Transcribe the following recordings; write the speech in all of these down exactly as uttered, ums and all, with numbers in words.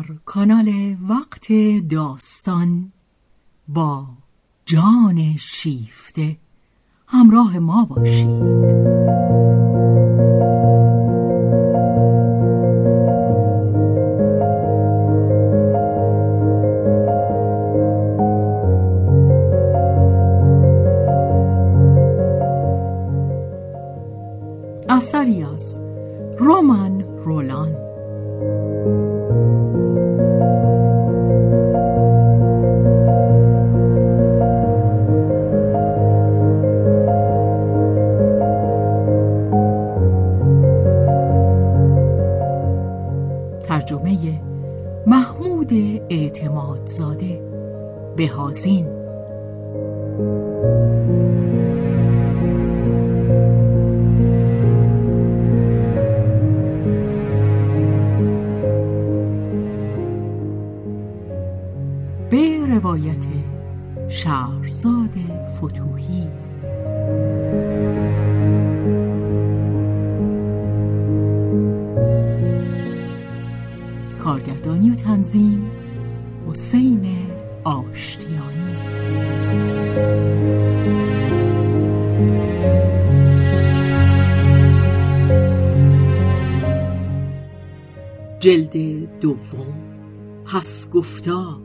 کانال وقت داستان با جان شیفته همراه ما باشید. اثری از رمان رولان. ترجمه محمود اعتمادزاده. بهازین. به روایت شهرزاد فتوحی. کارگردانی و تنظیم حسین آشتیانی. جلد دوم. پس گفتار.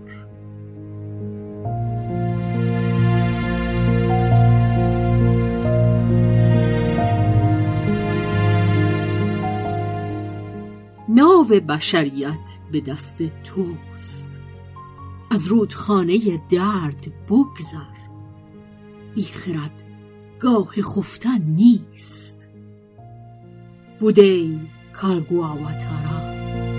ناو بشریت به دست توست، از رودخانه درد بگذر. بیخرد گاه خفتن نیست. بودی کارگواواتارا.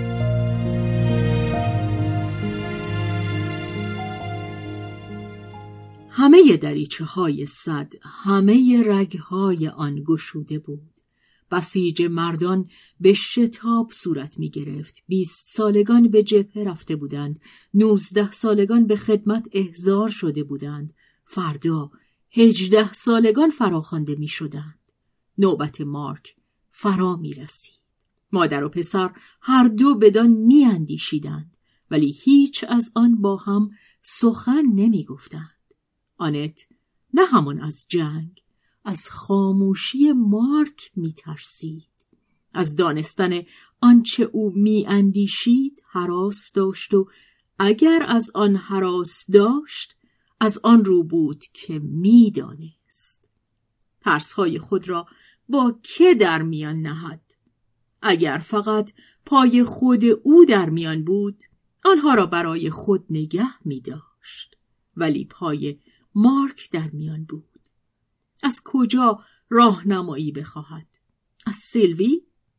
همه دریچه های صد، همه رگ های آن گشوده بود. بسیج مردان به شتاب صورت می گرفت. بیست سالگان به جبهه رفته بودند. نوزده سالگان به خدمت احضار شده بودند. فردا هجده سالگان فراخوانده می شدند. نوبت مارک فرا می رسید. مادر و پسر هر دو بدان می اندیشیدند، ولی هیچ از آن با هم سخن نمی گفتند. آنت نه همان از جنگ، از خاموشی مارک می ترسید. از دانستن آنچه او می اندیشید هراس داشت و اگر از آن هراس داشت از آن رو بود که می دانست. ترسهای خود را با که در میان نهد؟ اگر فقط پای خود او در میان بود آنها را برای خود نگه می داشت، ولی پای مارک در میان بود. از کجا راهنمایی بخواهد؟ از سیلوی؟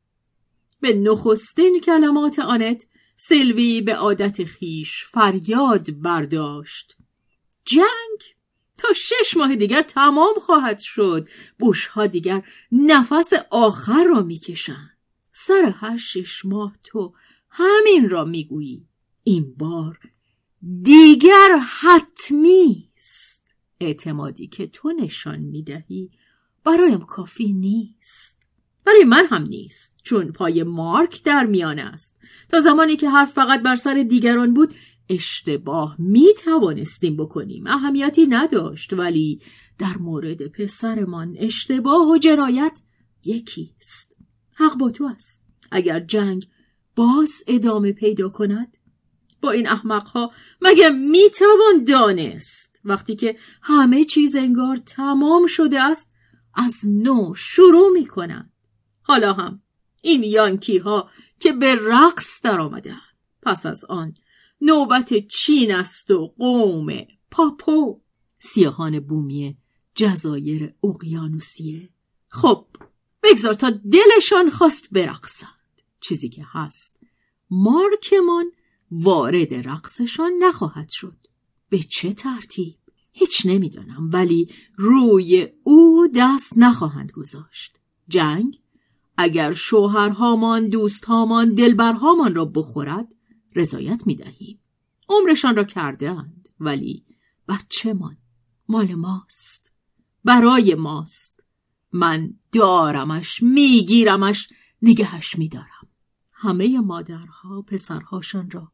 به نخستین کلمات آنت سیلوی به عادت خیش فریاد برداشت. جنگ تا شش ماه دیگر تمام خواهد شد. بوشها دیگر نفس آخر را میکشند. سر هر شش ماه تو همین را میگویی. این بار دیگر حتمی است. اعتمادی که تو نشان میدهی برایم کافی نیست. برای من هم نیست، چون پای مارک در میان است. تا زمانی که حرف فقط بر سر دیگران بود اشتباه می توانستیم بکنیم، اهمیتی نداشت، ولی در مورد پسرمان اشتباه و جنایت یکیست. حق با تو است. اگر جنگ باز ادامه پیدا کند، با این احمقها مگه می توان دانست وقتی که همه چیز انگار تمام شده است از نو شروع می کنند. حالا هم این یانکی ها که به رقص در آمدن. پس از آن نوبت چین است و قوم پاپو، سیاهان بومی جزایر اقیانوسیه. خب بگذار تا دلشان خواست برقصند. چیزی که هست مارکمان وارد رقصشان نخواهد شد. به چه ترتیب؟ هیچ نمیدانم، ولی روی او دست نخواهند گذاشت. جنگ اگر شوهرهامان، دوستهامان، دلبرهامان را بخورد رضایت میدهیم. عمرشان را کردند، ولی بچه‌مان مال ماست، برای ماست. من دارمش، میگیرمش، نگهش میدارم. همه مادرها پسرهاشان را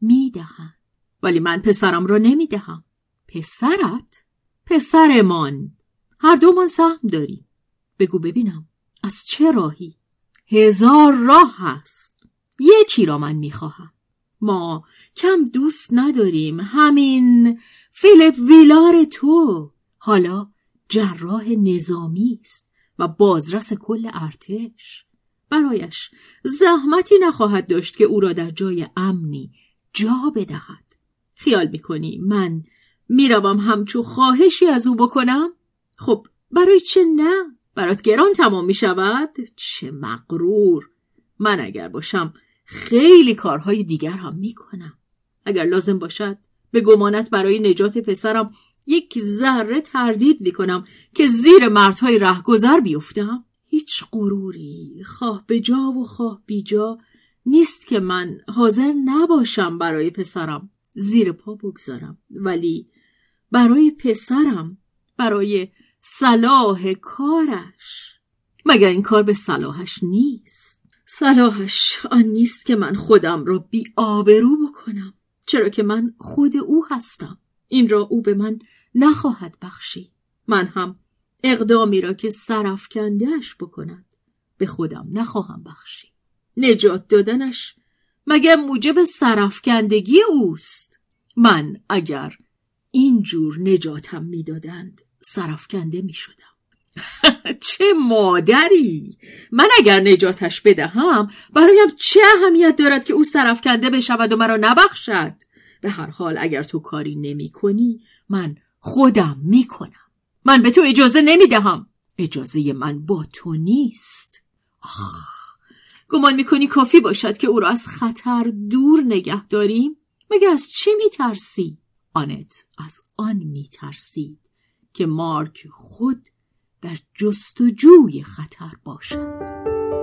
میدهند. ولی من پسرم را نمیدهم. پسرت؟ پسرمان. هر دومان سهم داریم. بگو ببینم از چه راهی؟ هزار راه هست. یکی را من میخواهم. ما کم دوست نداریم. همین فیلیپ ویلار تو حالا جراح نظامی است و بازرس کل ارتش. برایش زحمتی نخواهد داشت که او را در جای امنی جا بدهد. خیال میکنی من میروم همچو خواهشی از او بکنم؟ خب برای چه نه؟ برات گران تمام میشود؟ چه مغرور. من اگر باشم خیلی کارهای دیگر هم میکنم. اگر لازم باشد به گمانت برای نجات پسرم یک ذره تردید میکنم که زیر مردهای رهگذر بیفتم. هیچ غروری خواه به جا و خواه بی جا نیست که من حاضر نباشم برای پسرم زیر پا بگذارم. ولی برای پسرم، برای صلاح کارش. مگر این کار به صلاحش نیست؟ صلاحش آن نیست که من خودم را بی آبرو بکنم، چرا که من خود او هستم. این را او به من نخواهد بخشید. من هم اقدامی را که سرافکنده‌اش بکند به خودم نخواهم بخشید. نجات دادنش مگر موجب سرافکندگی اوست؟ من اگر اینجور نجاتم میدادند سرافکنده میشدم. چه مادری! من اگر نجاتش بدهم برایم چه اهمیت دارد که او سرافکنده بشود و مرا نبخشد؟ به هر حال اگر تو کاری نمی کنی من خودم می کنم. من به تو اجازه نمی دهم. اجازه من با تو نیست. آخ، گمان می کنی کافی باشد که او را از خطر دور نگه داریم؟ مگه از چی می ترسی؟ آنت از آن می ترسید که مارک خود در جستجوی خطر باشد.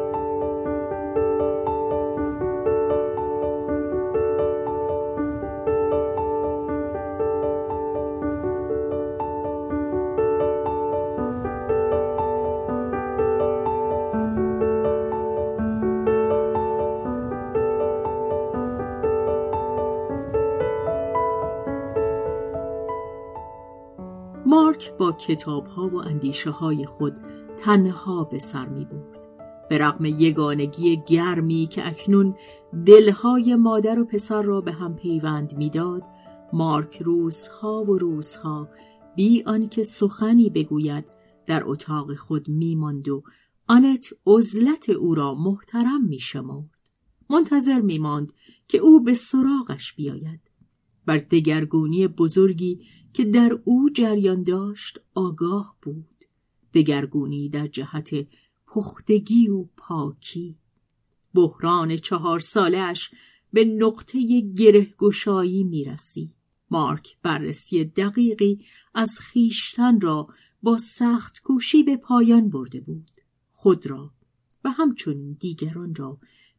مارک با کتاب‌ها و اندیشه‌های خود تنها به سر می‌برد. به رغم یگانگی گرمی که اکنون دلهای مادر و پسر را به هم پیوند می‌داد، مارک روزها و روزها بی آنکه سخنی بگوید در اتاق خود می‌ماند و آنت عزلت او را محترم می‌شمرد. منتظر می‌ماند که او به سراغش بیاید. بر دگرگونی بزرگی که در او جریان داشت آگاه بود. دگرگونی در جهت پختگی و پاکی. بحران چهار سالش به نقطه گرهگشایی می رسید. مارک بررسی دقیقی از خیشتن را با سخت کوشی به پایان برده بود. خود را و همچنین دیگران را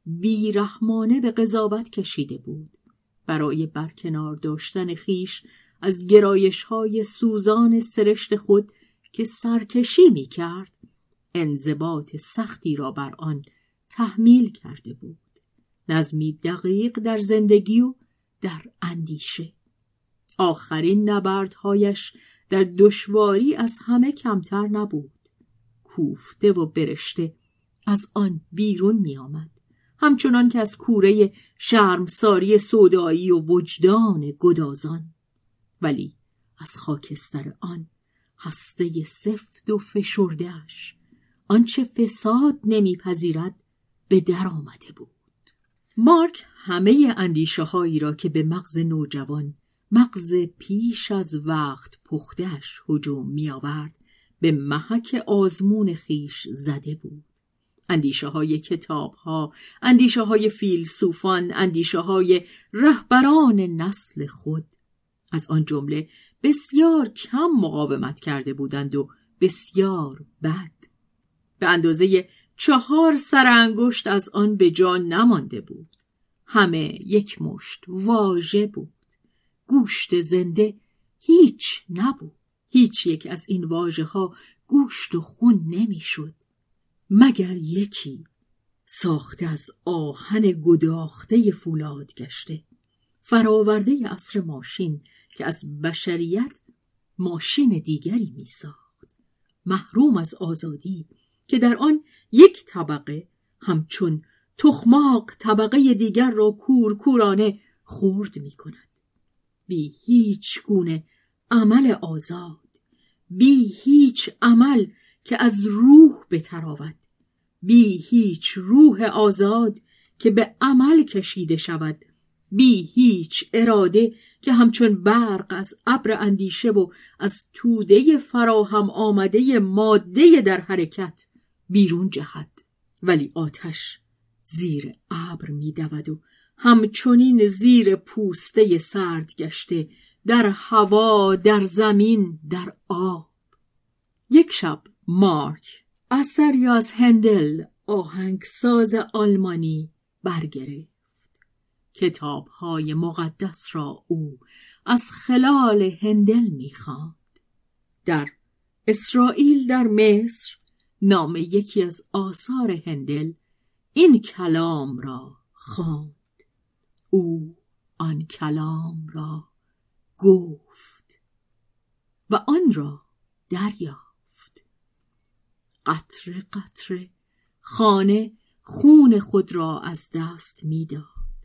بیرحمانه به قضاوت کشیده بود. برای برکنار داشتن خیش از گرایش‌های سوزان سرشت خود که سرکشی می‌کرد، انضباط سختی را بر آن تحمیل کرده بود. نظمی دقیق در زندگی و در اندیشه. آخرین نبردهایش در دشواری از همه کمتر نبود. کوفته و برشته از آن بیرون می‌آمد، همچنان که از کوره شرمساری سودایی و وجدان گدازان. ولی از خاکستر آن هسته سفت و فشرده‌اش آنچه فساد نمیپذیرد به در آمده بود. مارک همه اندیشه هایی را که به مغز نوجوان، مغز پیش از وقت پخته‌اش هجوم می آورد، به محک آزمون خیش زده بود. اندیشه های کتاب ها، اندیشه های فیلسوفان، اندیشه های رهبران نسل خود. از آن جمله بسیار کم مقاومت کرده بودند و بسیار بد. به اندازه چهار سر انگشت از آن به جا نمانده بود. همه یک مشت واژه بود. گوشت زنده هیچ نبود. هیچ یک از این واژه ها گوشت و خون نمی شد، مگر یکی ساخته از آهن گداخته فولاد گشته. فراورده عصر ماشین که از بشریت ماشین دیگری می‌ساخت، محروم از آزادی که در آن یک طبقه همچون تخماق طبقه دیگر را کورکورانه خورد می‌کند، بی هیچ گونه عمل آزاد، بی هیچ عمل که از روح بتراود، بی هیچ روح آزاد که به عمل کشیده شود، بی هیچ اراده که همچون برق از ابر اندیشه و از توده فراهم آمده ماده در حرکت بیرون جهد. ولی آتش زیر ابر می دود و همچنین زیر پوسته سرد گشته، در هوا، در زمین، در آب. یک شب مارک اثری از هندل، آهنگساز آلمانی، برگرفت. کتاب‌های مقدس را او از خلال هندل می‌خواند. در اسرائیل در مصر نام یکی از آثار هندل این کلام را خواند. او آن کلام را گفت و آن را دریافت. قطره قطره خانه خون خود را از دست می‌داد.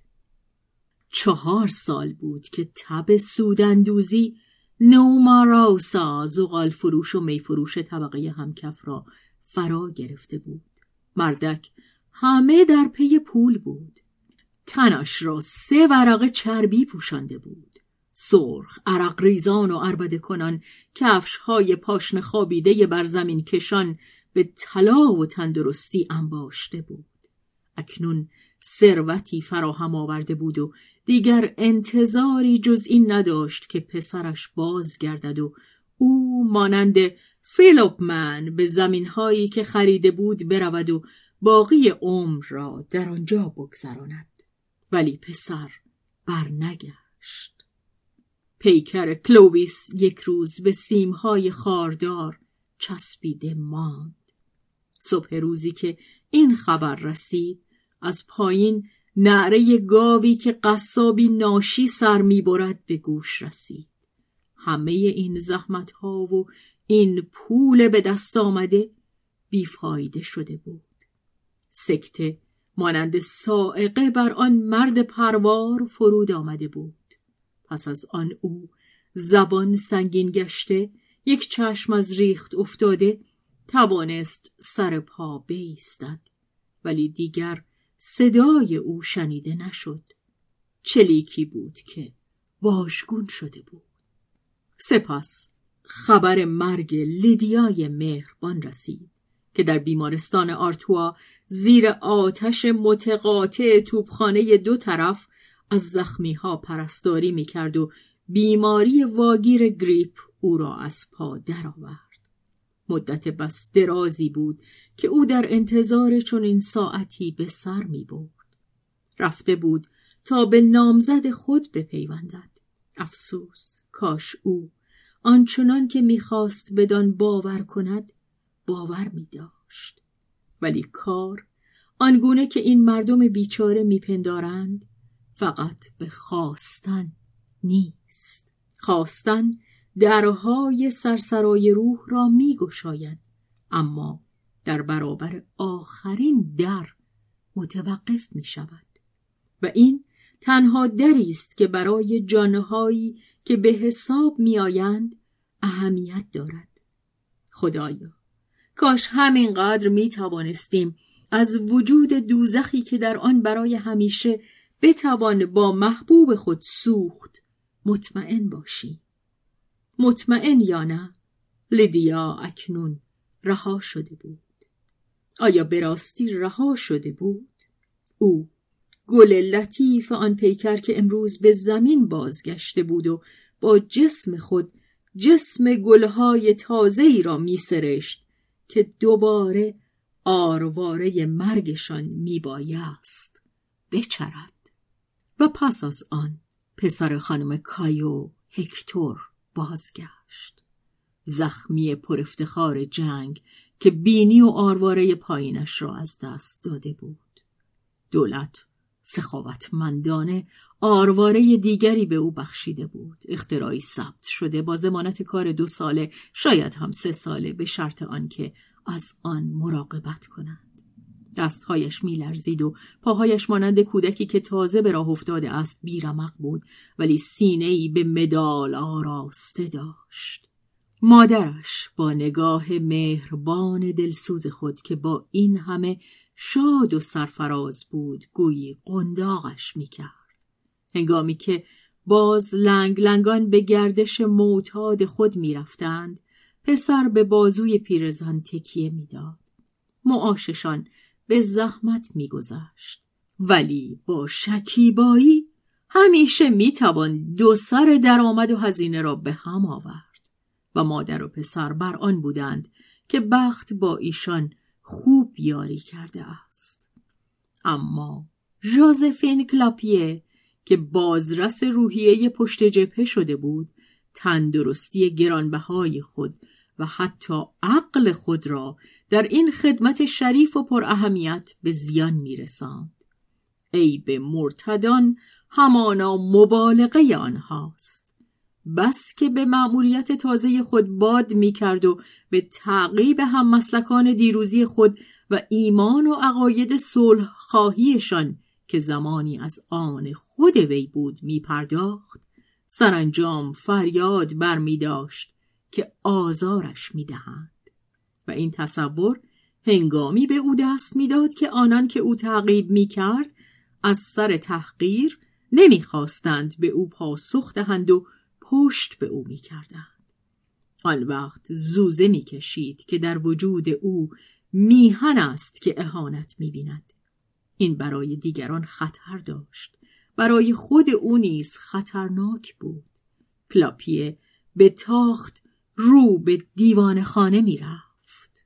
چهار سال بود که تب سوداندوزی نوماراوسا، زغال فروش و می فروش طبقه همکف را فرا گرفته بود. مردک همه در پی پول بود. تنش را سه ورقه چربی پوشانده بود. سرخ، عرق ریزان و عربده کنان، کفش های پاشنه خوابیده بر زمین کشان به طلا و تندرستی انباشته بود. اکنون ثروتی فراهم آورده بود و دیگر انتظاری جز این نداشت که پسرش بازگردد و او مانند فیلوپمن به زمین‌هایی که خریده بود برود و باقی عمر را در آنجا بگذراند. ولی پسر برنگشت. پیکر کلوویس یک روز به سیمهای خاردار چسبیده ماند. صبح روزی که این خبر رسید، از پایین نعره گاوی که قصابی ناشی سر می‌برد به گوش رسید. همه این زحمت‌ها و این پول به دست آمده بیفایده شده بود. سکته مانند صاعقه بر آن مرد پروار فرود آمده بود. پس از آن او زبان سنگین گشته، یک چشم از ریخت افتاده، توانست سر پا بایستد، ولی دیگر صدای او شنیده نشد. چلیکی بود که واژگون شده بود. سپس خبر مرگ لیدیای مهربان رسید که در بیمارستان آرتوا زیر آتش متقاطع توپخانه دو طرف از زخمی‌ها پرستاری می‌کرد و بیماری واگیر گریپ او را از پا درآورد. مدت بس درازی بود که او در انتظار چنین ساعتی به سر می‌برد. رفته بود تا به نامزد خود بپیوندد. افسوس، کاش او آنچنان که می‌خواست بدان باور کند باور می‌داشت. ولی کار آنگونه که این مردم بیچاره می‌پندارند فقط به خواستن نیست. خواستن درهای سرسرای روح را می‌گشاید، اما در برابر آخرین در متوقف می‌شود و این تنها دری است که برای جانهایی که به حساب می‌آیند اهمیت دارد. خدایا، کاش همینقدر می‌توانستیم از وجود دوزخی که در آن برای همیشه بتوان با محبوب خود سوخت مطمئن باشیم. مطمئن یا نه، لیدیا اکنون رها شده بود. آیا به راستی رها شده بود؟ او گل لطیف آن پیکر که امروز به زمین بازگشته بود و با جسم خود جسم گلهای تازه‌ای را می‌سرشت که دوباره آرواره مرگشان میبایست بچرد. و پس از آن پسر خانم کایو هکتور بازگشت، زخمی پر افتخار جنگ که بینی و آرواره پایینش را از دست داده بود. دولت سخاوتمندانه آرواره دیگری به او بخشیده بود، اختراعی ثبت شده با ضمانت کار دو ساله، شاید هم سه ساله، به شرط آنکه از آن مراقبت کند. دستهایش می‌لرزید و پاهایش مانند کودکی که تازه به راه افتاده است بیرمق بود، ولی سینه‌ای به مدال آراسته داشت. مادرش با نگاه مهربان دلسوز خود که با این همه شاد و سرفراز بود گویی قنداقش می‌کرد. هنگامی که باز لنگ لنگان به گردش معتاد خود می‌رفتند، پسر به بازوی پیرزن تکیه می‌داد. معاششان به زحمت می‌گذشت، ولی با شکیبایی همیشه می‌توان دو سر درآمد و هزینه را به هم آورد. و مادر و پسر بر آن بودند که بخت با ایشان خوب یاری کرده است. اما ژوزفین کلاپیه که بازرس روحیه پشت جبهه شده بود، تندرستی گرانبهای خود و حتی عقل خود را در این خدمت شریف و پر اهمیت به زیان می‌رساند. عیب مرتدان همانا مبالغه آنهاست. بس که به مأموریت تازه خود باد می‌کرد و به تعقیب هم مسلکان دیروزی خود و ایمان و عقاید صلح خواهیشان که زمانی از آن خود وی بود می‌پرداخت، سرانجام فریاد برمی‌داشت که آزارش می‌دهند. و این تصور هنگامی به او دست می‌داد که آنان که او تعقیب می‌کرد از سر تحقیر نمی‌خواستند به او پاسخ دهند و پشت به او می‌کردند. آن وقت زوزه می‌کشید که در وجود او میهن است که اهانت می‌بیند. این برای دیگران خطر داشت، برای خود او نیز خطرناک بود. کلاپیه به تاخت رو به دیوان خانه می‌رفت.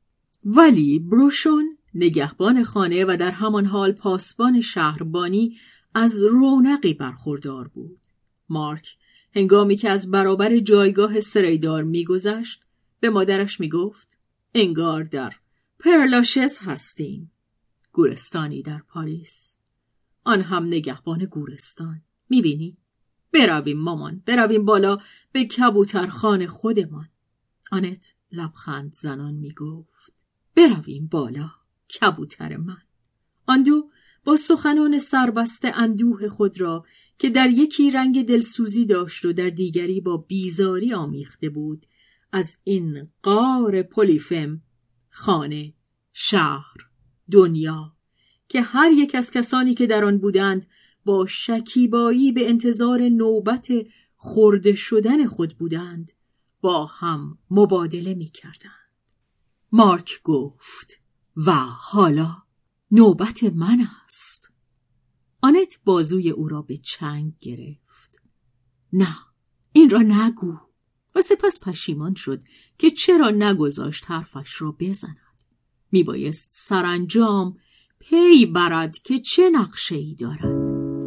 ولی بروشون نگهبان خانه و در همان حال پاسبان شهربانی از رونقی برخوردار بود. مارک هنگامی که از برابر جایگاه سریدار می‌گذشت به مادرش می‌گفت: انگار در پرلاشز هستیم، گورستانی در پاریس، آن هم نگهبان گورستان. می‌بینی؟ برویم مامان، برویم بالا به کبوترخانه خودمان. آنت لبخند زنان می‌گفت: برویم بالا کبوتر من. آن دو با سخنان سربسته اندوه خود را که در یکی رنگ دلسوزی داشت و در دیگری با بیزاری آمیخته بود، از این غار پلیفم، خانه، شهر، دنیا که هر یک از کسانی که در آن بودند با شکیبایی به انتظار نوبت خورده شدن خود بودند، با هم مبادله می کردند. مارک گفت: و حالا نوبت من است. آنت بازوی او را به چنگ گرفت. نه، این را نگو. و سپس پشیمان شد که چرا نگذاشت حرفش را بزند. میبایست سرانجام پی برد که چه نقشه‌ای دارد.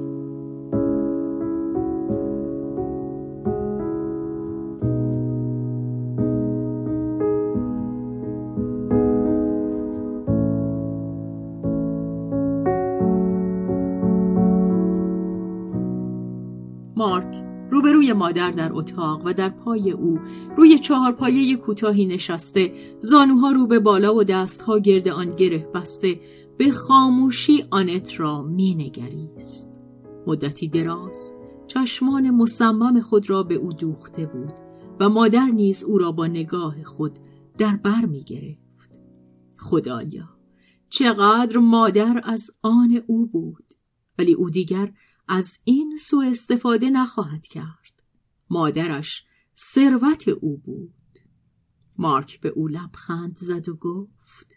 مارک روبروی مادر در اتاق و در پای او روی چهارپایه کوتاهی نشسته، زانوها رو به بالا و دستها گرد آن گره بسته، به خاموشی آنت را مینگریست. مدتی دراز چشمان مصمم خود را به او دوخته بود و مادر نیز او را با نگاه خود در بر می‌گرفت. خدایا، چقدر مادر از آن او بود، ولی او دیگر از این سوء استفاده نخواهد کرد. مادرش ثروت او بود. مارک به او لبخند زد و گفت: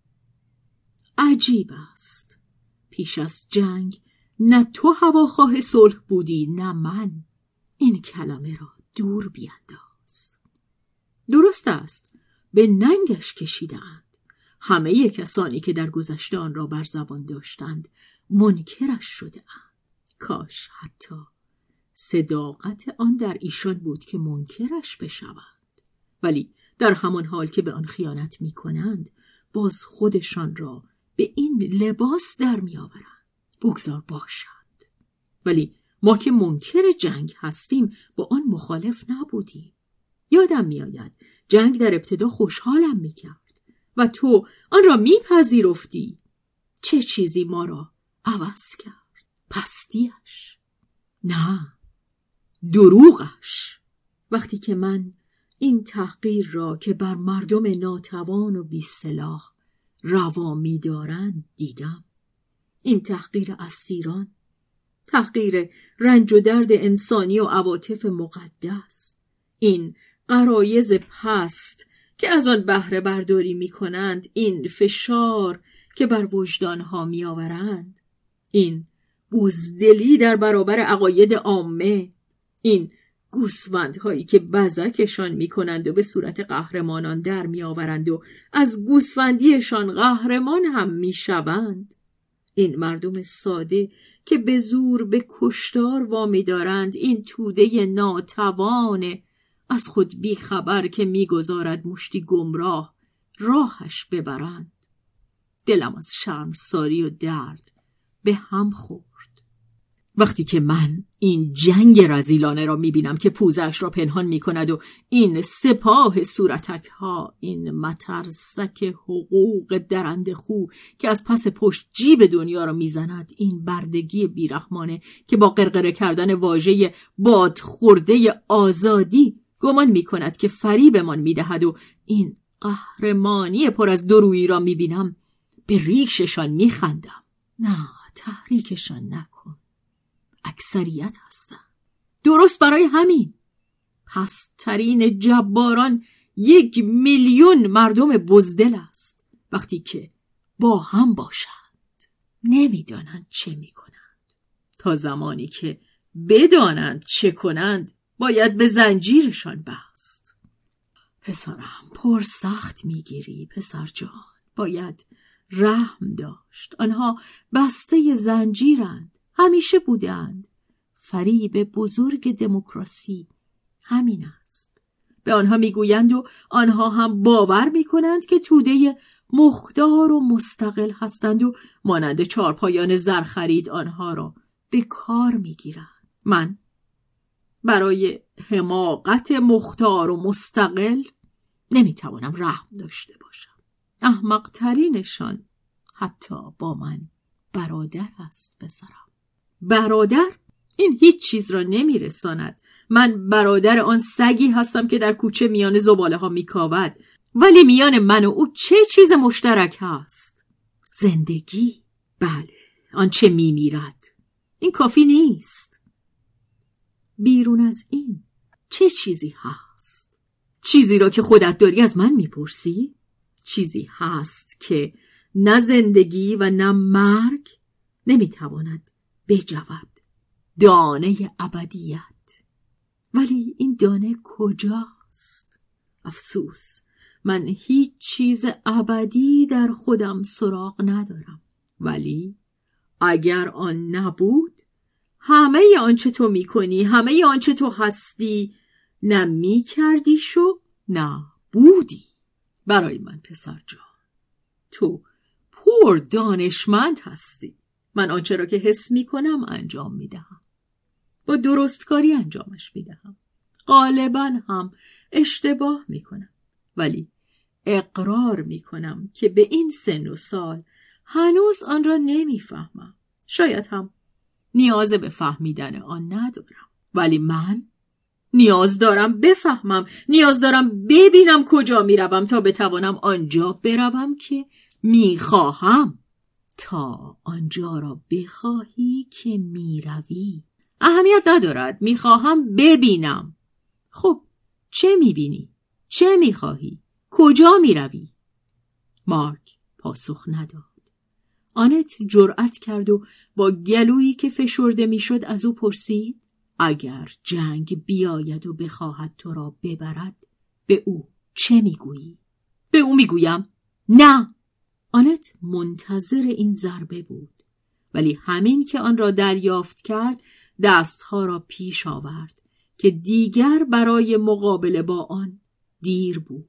عجیب است، پیش از جنگ نه تو هواخواه صلح بودی نه من. این کلمه را دور بینداز. درست است، به ننگش کشیدند. همه کسانی که در گذشته آن را بر زبان داشتند منکرش شده‌اند. کاش حتی صداقت آن در ایشان بود که منکرش بشوند، ولی در همان حال که به آن خیانت می کنند باز خودشان را به این لباس در می آورند. بگذار باشد. ولی ما که منکر جنگ هستیم با آن مخالف نبودیم. یادم میآید جنگ در ابتدا خوشحالم میکرد و تو آن را میپذیرفتی. چه چیزی ما را عوض کرد؟ پستیش؟ نه، دروغش. وقتی که من این تحقیر را که بر مردم ناتوان و بی‌سلاح روا می‌دارند دیدم، این تحقیر اسیران، تحقیر رنج و درد انسانی و عواطف مقدس، این غرایز پست که از آن بهره برداری می‌کنند، این فشار که بر وجدانها می‌آورند، این بزدلی در برابر عقاید عامه، این گوسفندهایی که بزکشان می‌کنند و به صورت قهرمانان در می‌آورند و از گوسفندیشان قهرمان هم می‌شوند، این مردم ساده که به زور به کشتار وامی دارند، این توده ناتوان از خود بی خبر که می‌گذارد مشتی گمراه راهش ببرند. دلم از شرمساری و درد به هم خورد. وقتی که من این جنگ رذیلانه را میبینم که پوزش را پنهان میکند و این سپاه صورتک ها، این مترسک حقوق درنده خو که از پس پشت جیب دنیا را میزند، این بردگی بیرحمانه که با قرقره کردن واژه باد خورده آزادی گمان میکند که فریبمان میدهد و این قهرمانی پر از درویی را میبینم، به ریششان میخندم. نه، تحریکشان نکن. اکثریت هستن. درست برای همین پست‌ترین جباران یک میلیون مردم بزدل است. وقتی که با هم باشند نمیدانند چه میکنند. تا زمانی که بدانند چه کنند باید به زنجیرشان بست. پسرم، پر سخت میگیری پسر جان. باید رحم داشت. آنها بسته زنجیرند. همیشه بودند. فریب بزرگ دموکراسی همین است. به آنها میگویند و آنها هم باور میکنند که توده مختار و مستقل هستند و مانند چارپایان زرخرید آنها را به کار میگیرند. من برای حماقت مختار و مستقل نمیتوانم رحم داشته باشم. احمق ترینشان حتی با من برادر است پسرم. برادر؟ این هیچ چیز را نمیرساند. من برادر آن سگی هستم که در کوچه میان زباله ها میکاود. ولی میان من و او چه چیز مشترک هست؟ زندگی. بله، آنچه میمیرد. این کافی نیست. بیرون از این چه چیزی هست؟ چیزی را که خودت داری از من میپرسی؟ چیزی هست که نه زندگی و نه مرگ نمیتواند بجود. دانه ابدیت. ولی این دانه کجاست؟ افسوس، من هیچ چیز ابدی در خودم سراغ ندارم. ولی اگر آن نبود، همه آنچه تو میکنی، همه آنچه تو هستی، نه میکردی شو نه بودی. برای من پسر جان، تو پر دانشمند هستی. من آنچه را که حس میکنم انجام میدهم. با درستکاری انجامش میدهم. غالبا هم اشتباه میکنم. ولی اقرار میکنم که به این سن و سال هنوز آن را نمیفهمم. شاید هم نیاز به فهمیدن آن ندارم. ولی من نیاز دارم بفهمم. نیاز دارم ببینم کجا میروم تا بتوانم آنجا بروم که میخواهم. تا آنجا را بخواهی که میروی. اهمیت ندارد. میخواهم ببینم. خب چه میبینی؟ چه میخواهی؟ کجا میروی؟ مارک پاسخ نداد. آنت جرأت کرد و با گلویی که فشرده میشد از او پرسید: اگر جنگ بیاید و بخواهد تو را ببرد، به او چه میگویی؟ به او میگویم نه. آنت منتظر این ضربه بود، ولی همین که آن را دریافت کرد دستها را پیش آورد که دیگر برای مقابله با آن دیر بود.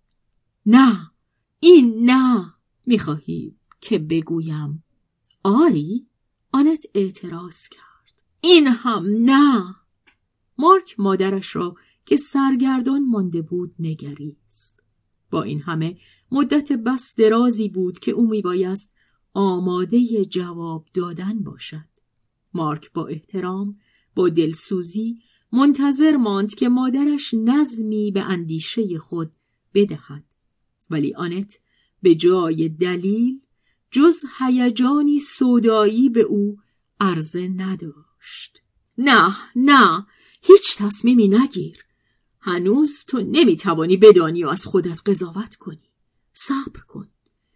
نه، این نه. میخواهی که بگویم آری؟ آنت اعتراض کرد. این هم نه. مارک مادرش را که سرگردان مانده بود نگریست. با این همه مدت بس درازی بود که او میبایست آماده جواب دادن باشد. مارک با احترام، با دلسوزی منتظر ماند که مادرش نظمی به اندیشه خود بدهد. ولی آنت به جای دلیل جز هیجانی سودایی به او عرضه نداشت. نه نه، هیچ تصمیمی نگیر. هنوز تو نمیتوانی بدانی و از خودت قضاوت کنی. صبر کن.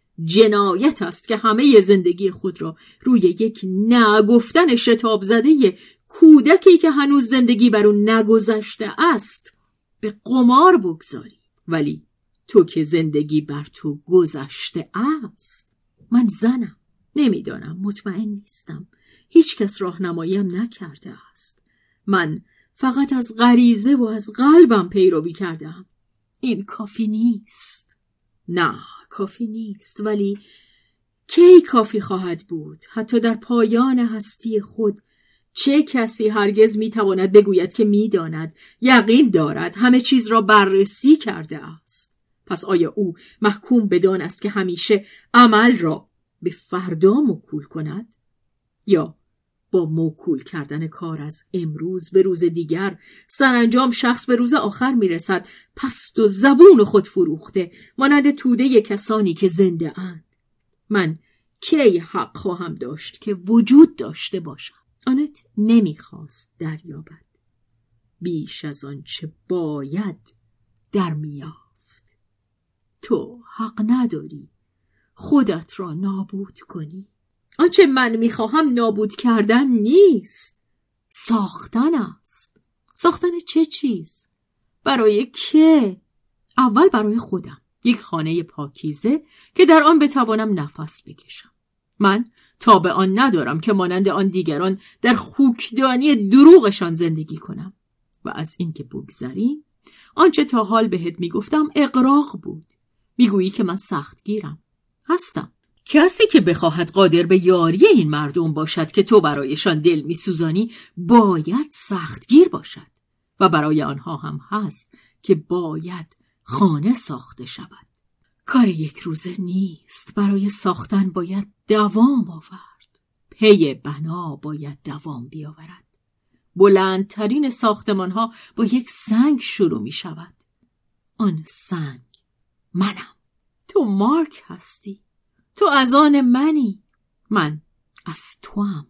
جنایت است که همه زندگی خود را روی یک نگفتن شتاب زده کودکی که هنوز زندگی بر او نگذشته است به قمار بگذاری. ولی تو که زندگی بر تو گذشته است. من زنم، نمیدانم، مطمئن نیستم. هیچ کس راهنماییم نکرده است. من فقط از غریزه و از قلبم پیروی کردم. این کافی نیست. نه، کافی نیست. ولی کی کافی خواهد بود؟ حتی در پایان هستی خود چه کسی هرگز میتواند بگوید که میداند، یقین دارد، همه چیز را بررسی کرده است؟ پس آیا او محکوم بدان است که همیشه عمل را به فردا موکول کند؟ یا با موکول کردن کار از امروز به روز دیگر سرانجام شخص به روز آخر میرسد پست و زبون خود فروخته مانند توده کسانی که زنده اند؟ من کی حق خواهم داشت که وجود داشته باشم؟ آنت نمیخواست دریابد بیش از آن چه باید در میافت. تو حق نداری خودت را نابود کنی. آنچه من میخواهم نابود کردن نیست، ساختن است. ساختن چه چیز؟ برای که؟ اول برای خودم. یک خانه پاکیزه که در آن بتوانم نفس بکشم. من تا به آن ندارم که مانند آن دیگران در خوکدانی دروغشان زندگی کنم. و از این که بگذریم، آنچه تا حال بهت میگفتم اغراق بود. میگویی که من سختگیرم. هستم. کسی که بخواهد قادر به یاری این مردم باشد که تو برایشان دل میسوزانی باید سختگیر باشد. و برای آنها هم هست که باید خانه ساخته شود. کار یک روزه نیست. برای ساختن باید دوام آورد. پی بنا باید دوام بیاورد. بلندترین ساختمان ها با یک سنگ شروع می شود. آن سنگ منم. تو مارک هستی. تو از آن منی. من از توام.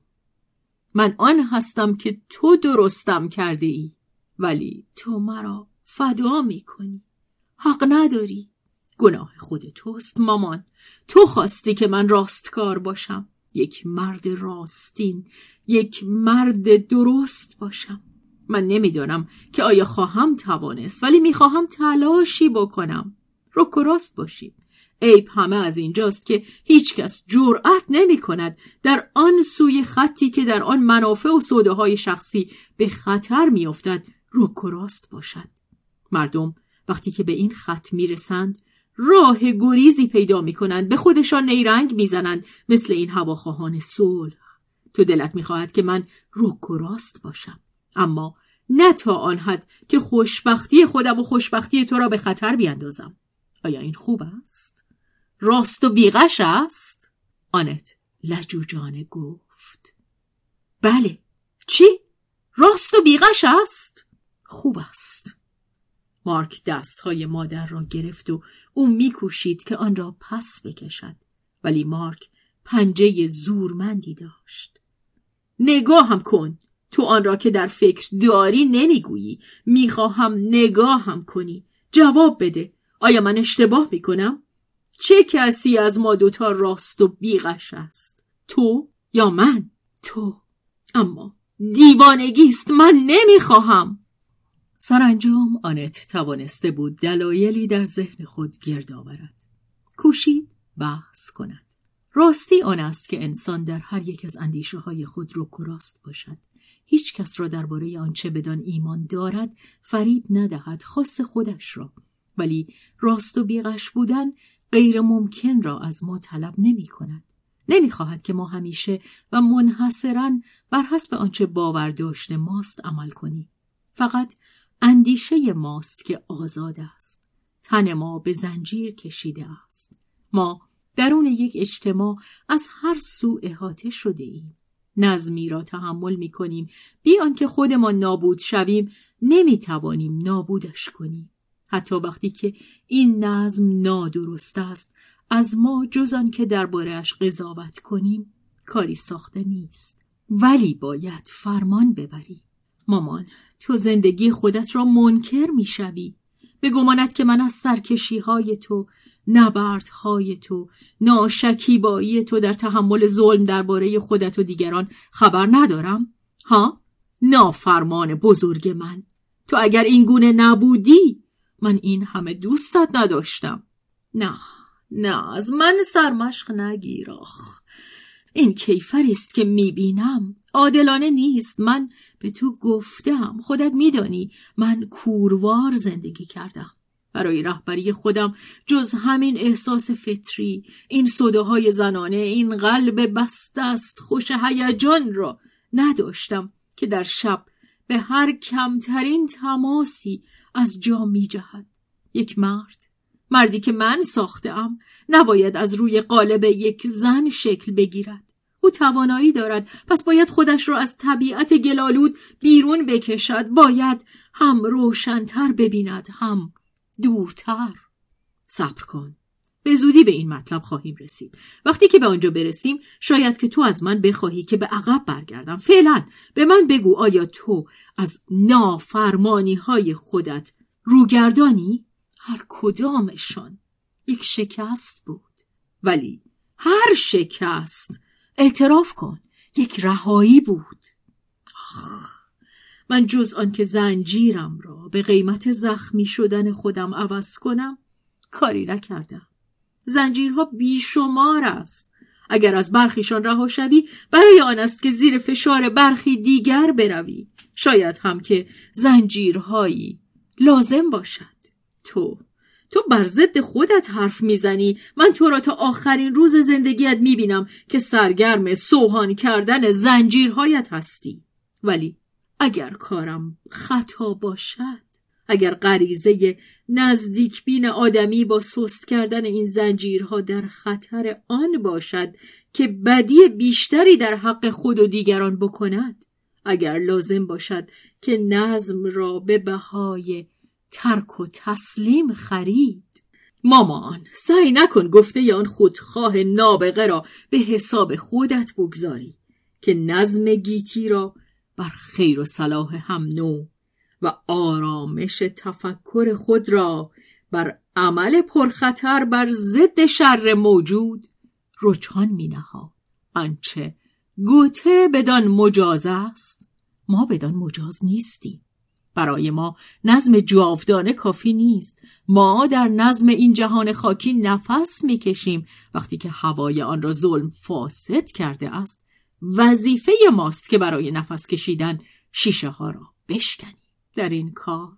من آن هستم که تو درستم کرده ای. ولی تو مرا فدا می کنی. حق نداری. گناه خود توست مامان. تو خواستی که من راستکار باشم. یک مرد راستین. یک مرد درست باشم. من نمیدانم که آیا خواهم توانست، ولی میخواهم تلاشی بکنم. رک و راست باشی. عیب همه از اینجاست که هیچ کس جرأت نمی کند در آن سوی خطی که در آن منافع و سوداهای شخصی به خطر می افتد رک و راست باشد. مردم وقتی که به این خط می رسند راه گریزی پیدا می کنند، به خودشان نیرنگ می زنند مثل این هواخواهان صلح. تو دلت می خواهد که من رک و راست باشم، اما نه تا آن حد که خوشبختی خودم و خوشبختی تو را به خطر بیاندازم. آیا این خوب است؟ راست و بیغش است؟ آنت لجوجانه گفت. بله. چی؟ راست و بیغش است؟ خوب است. مارک دستهای مادر را گرفت و او میکوشید که آن را پس بکشد، ولی مارک پنجه زورمندی داشت. نگاه هم کن. تو آن را که در فکر داری نمیگویی. میخواهم نگاه هم کنی. جواب بده. آیا من اشتباه میکنم؟ چه کسی از ما دوتا راست و بیغش است؟ تو یا من؟ تو. اما دیوانگیست. من نمیخواهم. سرانجام آنت توانسته بود دلایلی در ذهن خود گرد آورد. کوشید بحث کند. راستی آن است که انسان در هر یک از اندیشه های خود رک و راست باشد. هیچ کس را درباره آنچه بدان ایمان دارد فریب ندهد، خاص خودش را. ولی راست و بیغش بودن غیر ممکن را از ما طلب نمی کند. نمیخواهد که ما همیشه و منحصراً بر حسب آنچه باور داشته ماست عمل کنیم. فقط اندیشه ماست که آزاد است. تن ما به زنجیر کشیده است. ما درون یک اجتماع از هر سو احاطه شده ایم. نظمی را تحمل می کنیم، بی آنکه خودمان نابود شویم نمی توانیم نابودش کنیم. حتی وقتی که این نظم نادرست است، از ما جز آن که درباره‌اش قضاوت کنیم کاری ساخته نیست. ولی باید فرمان ببری. مامان، تو زندگی خودت را منکر می شوی. به گمانت که من از سرکشی های تو، نبردهای تو، ناشکیبایی تو در تحمل ظلم درباره خودت و دیگران خبر ندارم؟ ها؟ نافرمان بزرگ من، تو اگر این گونه نبودی من این همه دوستت نداشتم. نه نه، از من سرمشق نگیر. آخ، این کیفری است که میبینم عادلانه نیست. من به تو گفتم، خودت میدانی من کوروار زندگی کردم. برای رهبری خودم جز همین احساس فطری، این صداهای زنانه، این قلب بسته است خوش هیجان را نداشتم که در شب به هر کمترین تماسی از جا می جهد. یک مرد، مردی که من ساختم، نباید از روی قالب یک زن شکل بگیرد. او توانایی دارد، پس باید خودش را از طبیعت گلالود بیرون بکشد. باید هم روشن‌تر ببیند، هم دورتر. صبر کن، به زودی به این مطلب خواهیم رسید. وقتی که به آنجا برسیم شاید که تو از من بخواهی که به عقب برگردم. فعلا به من بگو، آیا تو از نافرمانی های خودت روگردانی؟ هر کدامشان یک شکست بود، ولی هر شکست، اعتراف کن، یک رهایی بود. آخ، من جز آن که زنجیرم را به قیمت زخمی شدن خودم عوض کنم کاری نکردم. زنجیرها بیشمار است. اگر از برخیشان رها شوی، برای آن است که زیر فشار برخی دیگر بروی. شاید هم که زنجیرهایی لازم باشد. تو تو بر ضد خودت حرف میزنی. من تو را تا آخرین روز زندگیت میبینم که سرگرم سوهان کردن زنجیرهایت هستی. ولی اگر کارم خطا باشد، اگر غریزه نزدیک بین آدمی با سست کردن این زنجیرها در خطر آن باشد که بدی بیشتری در حق خود و دیگران بکند، اگر لازم باشد که نظم را به بهای ترک و تسلیم خرید، مامان سعی نکن گفته آن خودخواه نابغه را به حساب خودت بگذاری که نظم گیتی را بر خیر و صلاح هم نوع و آرامش تفکر خود را بر عمل پرخطر بر ضد شر موجود رجحان می نهاد. آنچه گوته بدان مجاز است، ما بدان مجاز نیستیم. برای ما نظم جاودانه کافی نیست. ما در نظم این جهان خاکی نفس می کشیم. وقتی که هوای آن را ظلم فاسد کرده است، وظیفه ماست که برای نفس کشیدن شیشه ها را بشکنیم. در این کار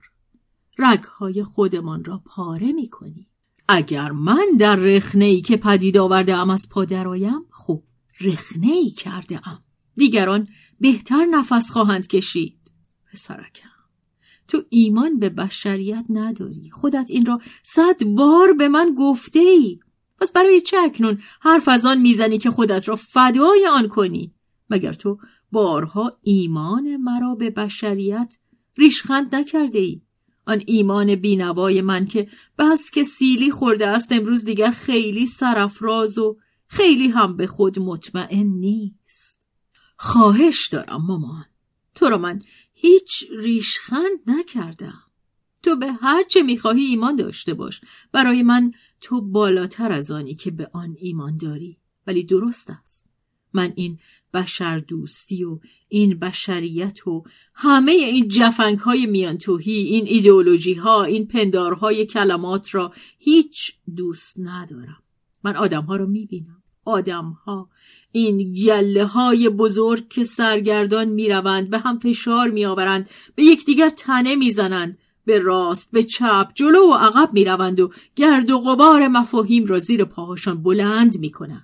رگهای خودمان را پاره می کنیم. اگر من در رخنه‌ای که پدید آورده ام از پا درآیم، خب رخنه‌ای کرده ام. دیگران بهتر نفس خواهند کشید. پسرکم، تو ایمان به بشریت نداری. خودت این را صد بار به من گفته ای. پس برای چه اکنون حرف از آن میزنی که خودت را فدای آن کنی؟ مگر تو بارها ایمان مرا به بشریت ریشخند نکرده ای؟ آن ایمان بینوای من که بس که سیلی خورده است امروز دیگر خیلی سرافراز و خیلی هم به خود مطمئن نیست. خواهش دارم مامان، تو را من هیچ ریشخند نکردم. تو به هر چه میخواهی ایمان داشته باش. برای من تو بالاتر از آنی که به آن ایمان داری. ولی درست است، من این بشر دوستی و این بشریت و همه این جفنگ های میان توهی، این ایدئولوژی ها، این پندارهای کلمات را هیچ دوست ندارم. من آدم ها رو میبینم. آدم ها، این گله های بزرگ که سرگردان میروند، به هم فشار میآورند، به یکدیگر تنه میزنند، به راست به چپ، جلو و عقب میروند و گرد و غبار مفاهیم را زیر پاهاشان بلند میکنند.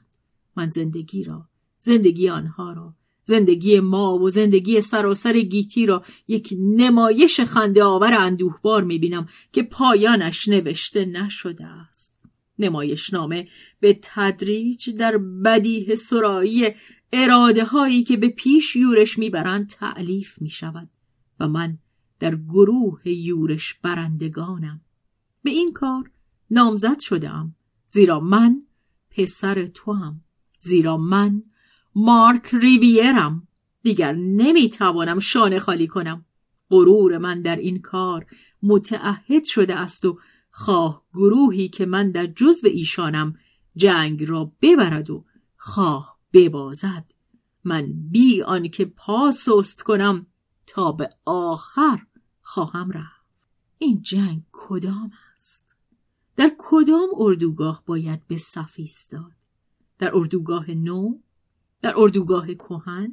من زندگی را، زندگی آنها را، زندگی ما و زندگی سراسر گیتی را یک نمایش خنده آور اندوهبار می‌بینم که پایانش نوشته نشده است. نمایش نامه به تدریج در بدیه سرایی اراده هایی که به پیش یورش میبرند تألیف میشود و من در گروه یورش برندگانم. به این کار نامزد شدم، زیرا من پسر تو هم، زیرا من مارک ریویرم. دیگر نمیتوانم شانه خالی کنم. غرور من در این کار متعهد شده است و خواه گروهی که من در جزو ایشانم جنگ را ببرد و خواه ببازد، من بی آن که پا سست کنم تا به آخر خواهم رفت. این جنگ کدام است؟ در کدام اردوگاه باید به صف ایستاد؟ در اردوگاه نو؟ در اردوگاه کهن؟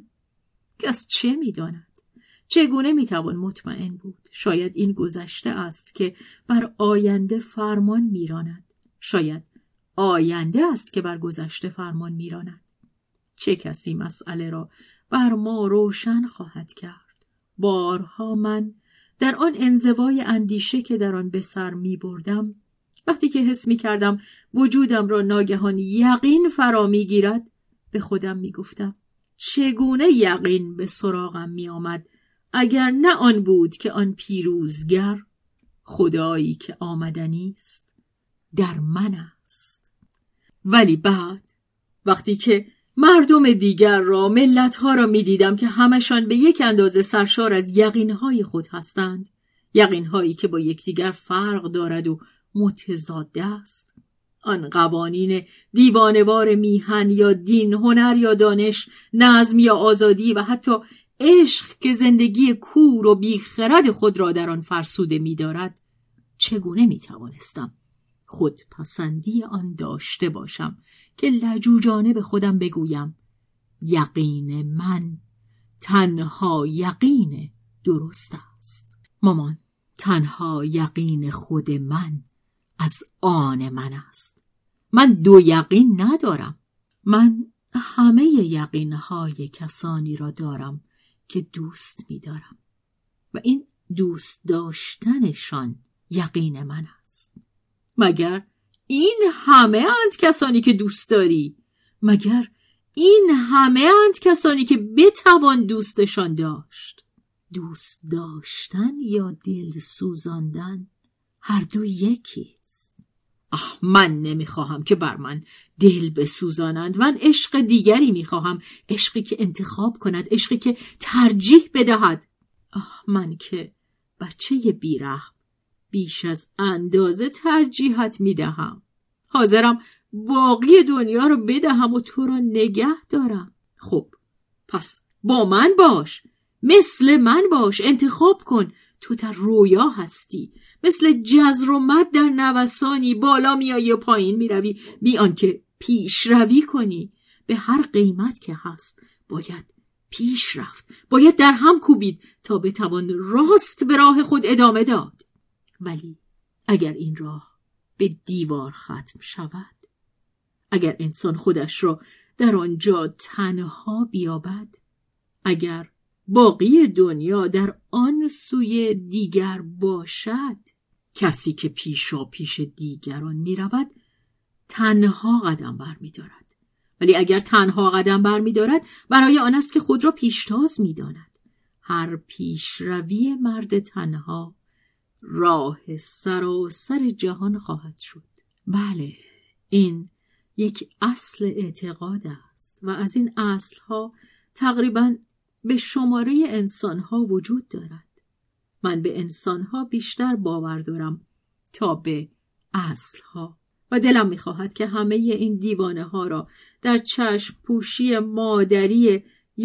کس چه می‌داند؟ چگونه میتوان مطمئن بود؟ شاید این گذشته است که بر آینده فرمان میراند. شاید آینده است که بر گذشته فرمان میراند. چه کسی مسئله را بر ما روشن خواهد کرد؟ بارها من در آن انزوای اندیشه که در آن به سر می بردم، وقتی که حس می کردم وجودم را ناگهان یقین فرا می گیرد، به خودم می گفتم چگونه یقین به سراغم می آمد اگر نه آن بود که آن پیروزگر، خدایی که آمدنی است، در من است. ولی بعد وقتی که مردم دیگر را، ملتها را می دیدم که همشان به یک اندازه سرشار از یقینهای خود هستند، یقینهایی که با یکدیگر فرق دارد و متضاد است، آن قوانین دیوانوار میهن یا دین، هنر یا دانش، نظم یا آزادی و حتی عشق که زندگی کور و بیخرد خود را در آن فرسوده می دارد، چگونه می توانستم خود پسندی آن داشته باشم که لجوجانه به خودم بگویم یقین من تنها یقین درست است. مامان، تنها یقین خود من از آن من است. من دو یقین ندارم. من همه یقینهای کسانی را دارم که دوست می دارم و این دوست داشتنشان یقین من است. مگر این همه اند کسانی که دوست داری؟ مگر این همه اند کسانی که بتوان دوستشان داشت؟ دوست داشتن یا دل سوزاندن هر دو یکیست. آه، من نمیخواهم که بر من دل بسوزانند. من عشق دیگری میخواهم، عشقی که انتخاب کند، عشقی که ترجیح بدهد. آه، من که بچه بیرحم بیش از اندازه ترجیحت میدهم. حاضرم باقی دنیا رو بدهم و تو را نگه دارم. خب پس با من باش، مثل من باش، انتخاب کن. تو در رویا هستی، مثل جزر و مد در نوسانی، بالا میایی و پایین میروی بی آنکه پیش روی کنی. به هر قیمت که هست باید پیش رفت، باید در هم کوبید تا بتوان راست به راه خود ادامه داد. ولی اگر این راه به دیوار ختم شود، اگر انسان خودش را در آنجا تنها بیابد، اگر باقی دنیا در آن سوی دیگر باشد، کسی که پیشا پیش دیگران می رود تنها قدم بر می دارد. ولی اگر تنها قدم بر می دارد، برای آن است که خود را پیشتاز می داند. هر پیشروی مرد تنها راه سراسر جهان خواهد شد. بله، این یک اصل اعتقاد است و از این اصلها تقریباً به شماره انسانها وجود دارد. من به انسانها بیشتر باور دارم تا به اصلها و دلم میخواهد که همه این دیوانه ها را در چشم پوشی مادری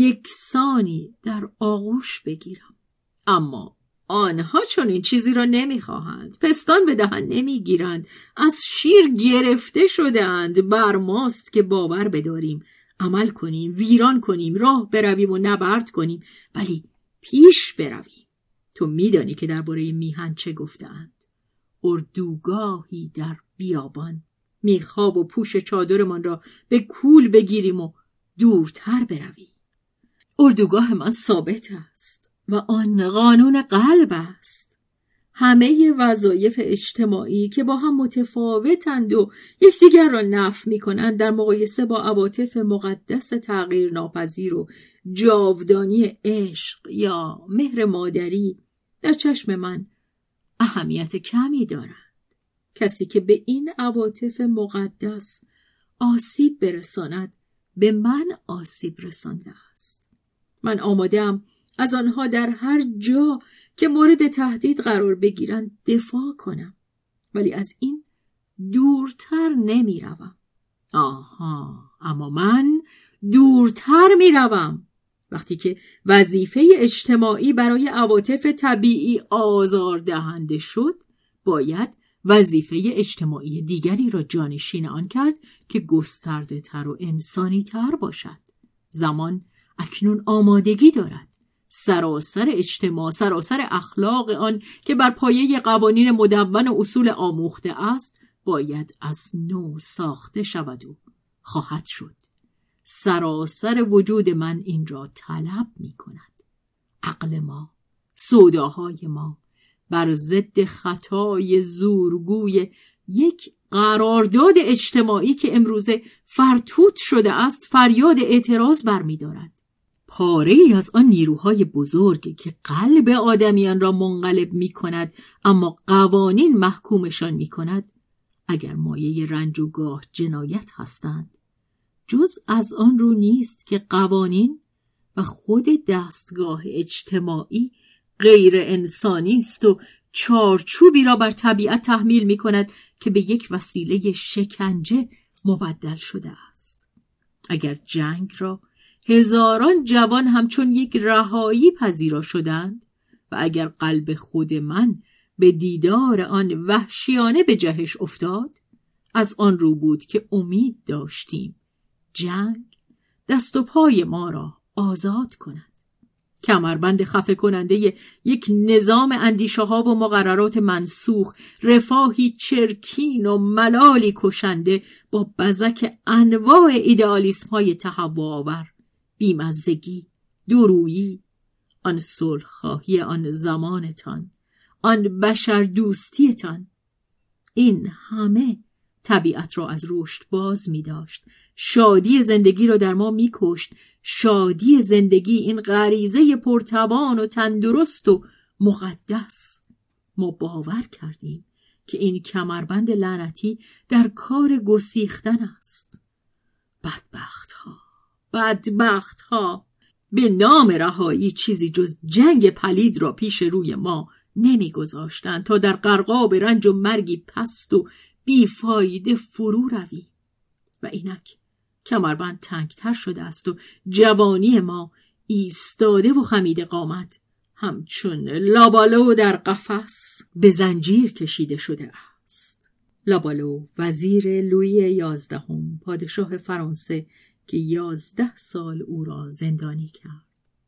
یکسانی در آغوش بگیرم. اما آنها چون این چیزی را نمیخواهند، پستان به دهن نمیگیرند، از شیر گرفته شده اند. بر ماست که باور بداریم، عمل کنیم، ویران کنیم، راه برویم و نبرد کنیم، ولی پیش برویم. تو میدانی که درباره میهن چه گفتند؟ اردوگاهی در بیابان میخا و پوش چادرمان را به کول بگیریم و دورتر برویم. اردوگاه من ثابت است و آن قانون قلب است. همه وظایف اجتماعی که با هم متفاوتند و یکدیگر را نفی می‌کنند در مقایسه با عواطف مقدس تغییر ناپذیر و جاودانی عشق یا مهر مادری در چشم من اهمیت کمی دارند. کسی که به این عواطف مقدس آسیب برساند به من آسیب رسانده است. من آماده‌ام از آنها در هر جا که مورد تهدید قرار بگیرند دفاع کنم، ولی از این دورتر نمی روم. آها، اما من دورتر می روم. وقتی که وظیفه اجتماعی برای عواطف طبیعی آزاردهنده شد، باید وظیفه اجتماعی دیگری را جانشین آن کرد که گسترده تر و انسانی تر باشد. زمان اکنون آمادگی دارد. سراسر اجتماع، سراسر اخلاق آن که بر پایه قوانین مدون و اصول آموخته است، باید از نو ساخته شود و خواهد شد. سراسر وجود من این را طلب می کند. عقل ما، سوداهای ما، بر ضد خطای زورگوی یک قرارداد اجتماعی که امروزه فرتوت شده است فریاد اعتراض برمی دارد. پاره ای از آن نیروهای بزرگ که قلب آدمیان را منقلب می کند اما قوانین محکومشان می کند، اگر مایه رنج و گاه جنایت هستند، جز از آن رو نیست که قوانین و خود دستگاه اجتماعی غیر انسانی است و چارچوبی را بر طبیعت تحمیل می کند که به یک وسیله شکنجه مبدل شده است. اگر جنگ را هزاران جوان همچون یک رهایی پذیرا شدند و اگر قلب خود من به دیدار آن وحشیانه به جهش افتاد، از آن رو بود که امید داشتیم جنگ دست و پای ما را آزاد کند. کمربند خفه کننده یک نظام اندیشه ها و مقررات منسوخ، رفاهی چرکین و ملالی کشنده با بزک انواع ایدئالیسم های تهوع آور، بیمزگی، دورویی، آن صلح خواهی آن زمانتان، آن بشر دوستیتان، این همه طبیعت را از رشد باز می داشت، شادی زندگی را در ما می کشت. شادی زندگی، این غریزه پرتوان و تندرست و مقدس. ما باور کردیم که این کمربند لعنتی در کار گسیختن است. بدبخت ها، بدبخت ها، به نام رهایی چیزی جز جنگ پلید را پیش روی ما نمی گذاشتند تا در غرقاب رنج و مرگی پست و بیفایده فرو روی. و اینک کمربند تنگتر شده است و جوانی ما ایستاده و خمیده قامت همچون لابالو در قفس به زنجیر کشیده شده است. لابالو وزیر لویی یازدهم، پادشاه فرانسه که یازده سال او را زندانی کرد.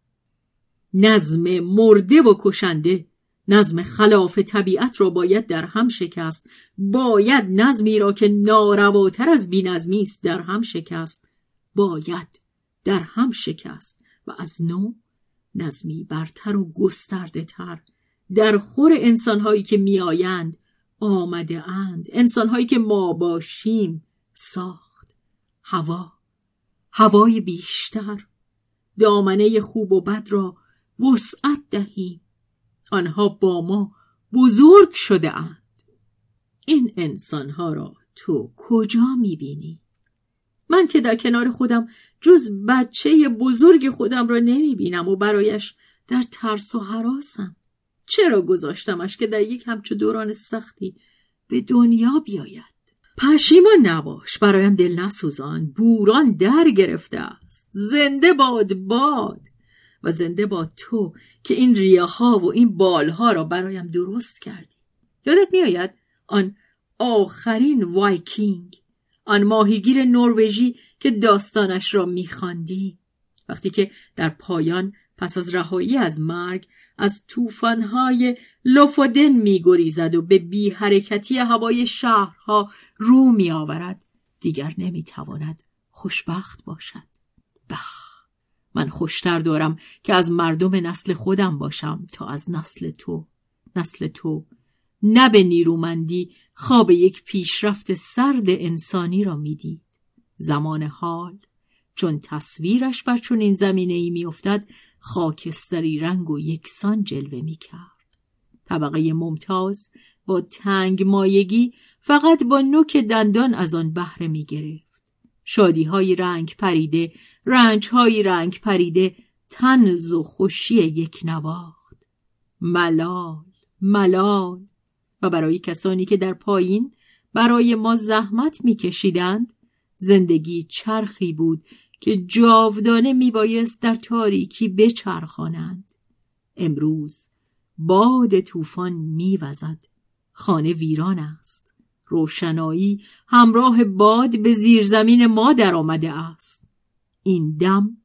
نظم مرده و کشنده، نظم خلاف طبیعت را باید در هم شکست. باید نظمی را که نارواتر از بی‌نظمی است در هم شکست. باید در هم شکست و از نو نظمی برتر و گسترده تر در خور انسانهایی که می آیند، آمده اند، انسانهایی که ما باشیم ساخت. هوا، هوای بیشتر، دامنه خوب و بد را وسعت دهیم. آنها با ما بزرگ شده اند. این انسانها را تو کجا میبینی؟ من که در کنار خودم جز بچه بزرگ خودم را نمیبینم و برایش در ترس و هراسم. چرا گذاشتمش که در یک همچو دوران سختی به دنیا بیاید؟ پشیمان نباش، برایم دل نسوزان. بوران در گرفته است. زنده باد باد و زنده باد تو که این ریه ها و این بال ها را برایم درست کردی. یادت میآید آن آخرین وایکینگ، آن ماهیگیر نروژی که داستانش را میخواندی، وقتی که در پایان پس از رهایی از مرگ از طوفان‌های لوفودن می‌گریزد و به بی حرکتی هوای شهرها رو می‌آورد، دیگر نمی‌تواند خوشبخت باشد. به، من خوشتر دارم که از مردم نسل خودم باشم تا از نسل تو. نسل تو نه به نیرومندی خواب یک پیشرفت سرد انسانی را میدید. زمان حال چون تصویرش بر چنین زمینه‌ای میافتد خاکستری رنگ و یکسان جلوه میکرد. طبقه ممتاز با تنگ مایگی فقط با نوک دندان از آن بهره میگرفت. شادی‌های رنگ پریده، رنج‌های رنگ پریده، طنز و خوشی یک نواخت. ملال، ملال. و برای کسانی که در پایین برای ما زحمت میکشیدند، زندگی چرخی بود که جاودانه میبایست در تاریکی بچرخانند. امروز باد طوفان میوزد، خانه ویران است، روشنایی همراه باد به زیرزمین ما در آمده است. این دم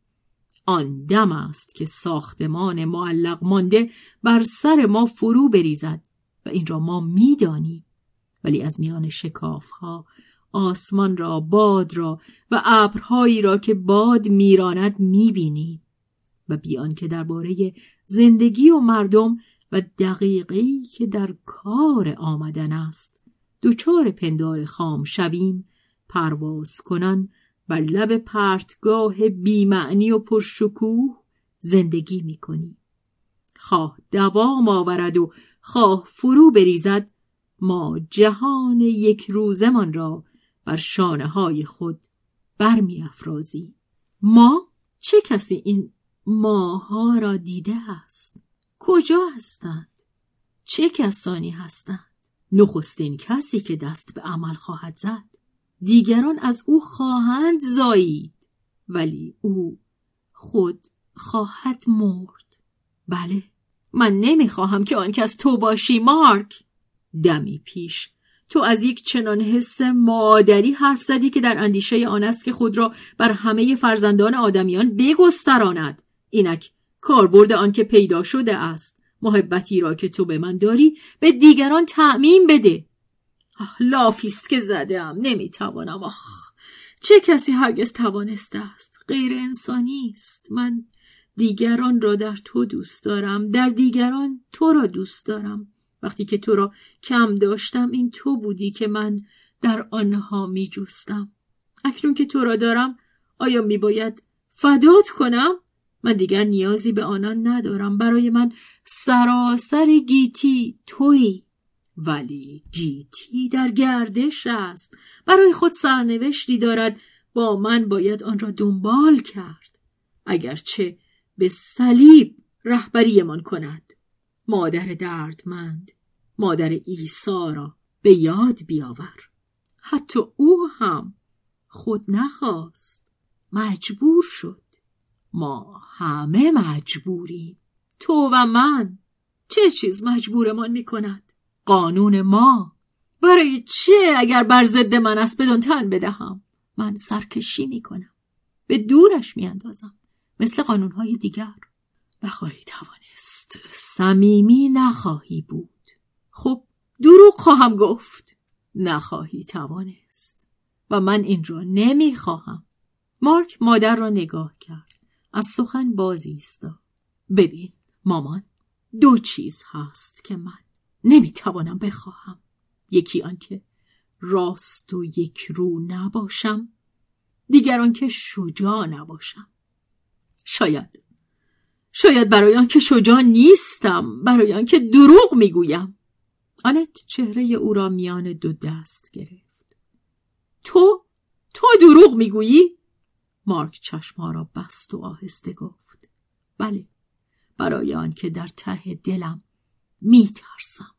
آن دم است که ساختمان معلق مانده بر سر ما فرو بریزد و این را ما میدانیم، ولی از میان شکافها آسمان را، باد را و ابرهایی را که باد میراند میبینیم و بیان که درباره زندگی و مردم و دقیقه‌ای که در کار آمدن است دوچار پندار خام شویم، پرواز کنان بر لب پرتگاه بی‌معنی و پرشکوه زندگی میکنیم. خواه دوام آورد و خواه فرو بریزد، ما جهان یک روزمان را بر شانه های خود برمی افرازی. ما؟ چه کسی این ماها را دیده است؟ کجا هستند؟ چه کسانی هستند؟ نخستین کسی که دست به عمل خواهد زد، دیگران از او خواهند زایید، ولی او خود خواهد مرد. بله، من نمیخواهم که آن کس تو باشی مارک. دمی پیش تو از یک چنان حس مادری حرف زدی که در اندیشه آن است که خود را بر همه فرزندان آدمیان بگستراند. اینک کاربرد آن که پیدا شده است، محبتی را که تو به من داری به دیگران تعمیم بده. آه، لافیست که زدم، نمیتوانم. آخ، چه کسی هرگز توانسته است؟ غیر انسانی است. من دیگران را در تو دوست دارم، در دیگران تو را دوست دارم. وقتی که تو را کم داشتم این تو بودی که من در آنها می جوستم. اکنون که تو را دارم آیا می باید فدات کنم؟ من دیگر نیازی به آنان ندارم. برای من سراسر گیتی تویی. ولی گیتی در گردش است، برای خود سرنوشتی دارد، با من باید آن را دنبال کرد، اگرچه به صلیب رهبری من کند. مادر دردمند، مادر عیسی را به یاد بیاور. حتی او هم خود نخواست، مجبور شد. ما همه مجبوریم. تو و من. چه چیز مجبورمان میکند؟ قانون ما. برای چه اگر بر ضد من است بدون تن بدهم؟ من سرکشی میکنم، به دورش میاندازم، مثل قانونهای دیگر. نخواهی توانست، صمیمی نخواهی بود. خب دروغ خواهم گفت. نخواهی توانست و من این را نمیخواهم. مارک مادر را نگاه کرد، از سخن باز ایستاد. ببین مامان، دو چیز هست که من نمیتوانم بخواهم. یکی آن که راست و یک رو نباشم، دیگر آن که شجاع نباشم. شاید شاید برای آن که شجاع نیستم، برای آن که دروغ میگویم. آنت چهره او را میان دو دست گرفت. تو تو دروغ میگویی؟ مارک چشمها را بست و آهسته گفت بله، برای آن که در ته دلم میترسم.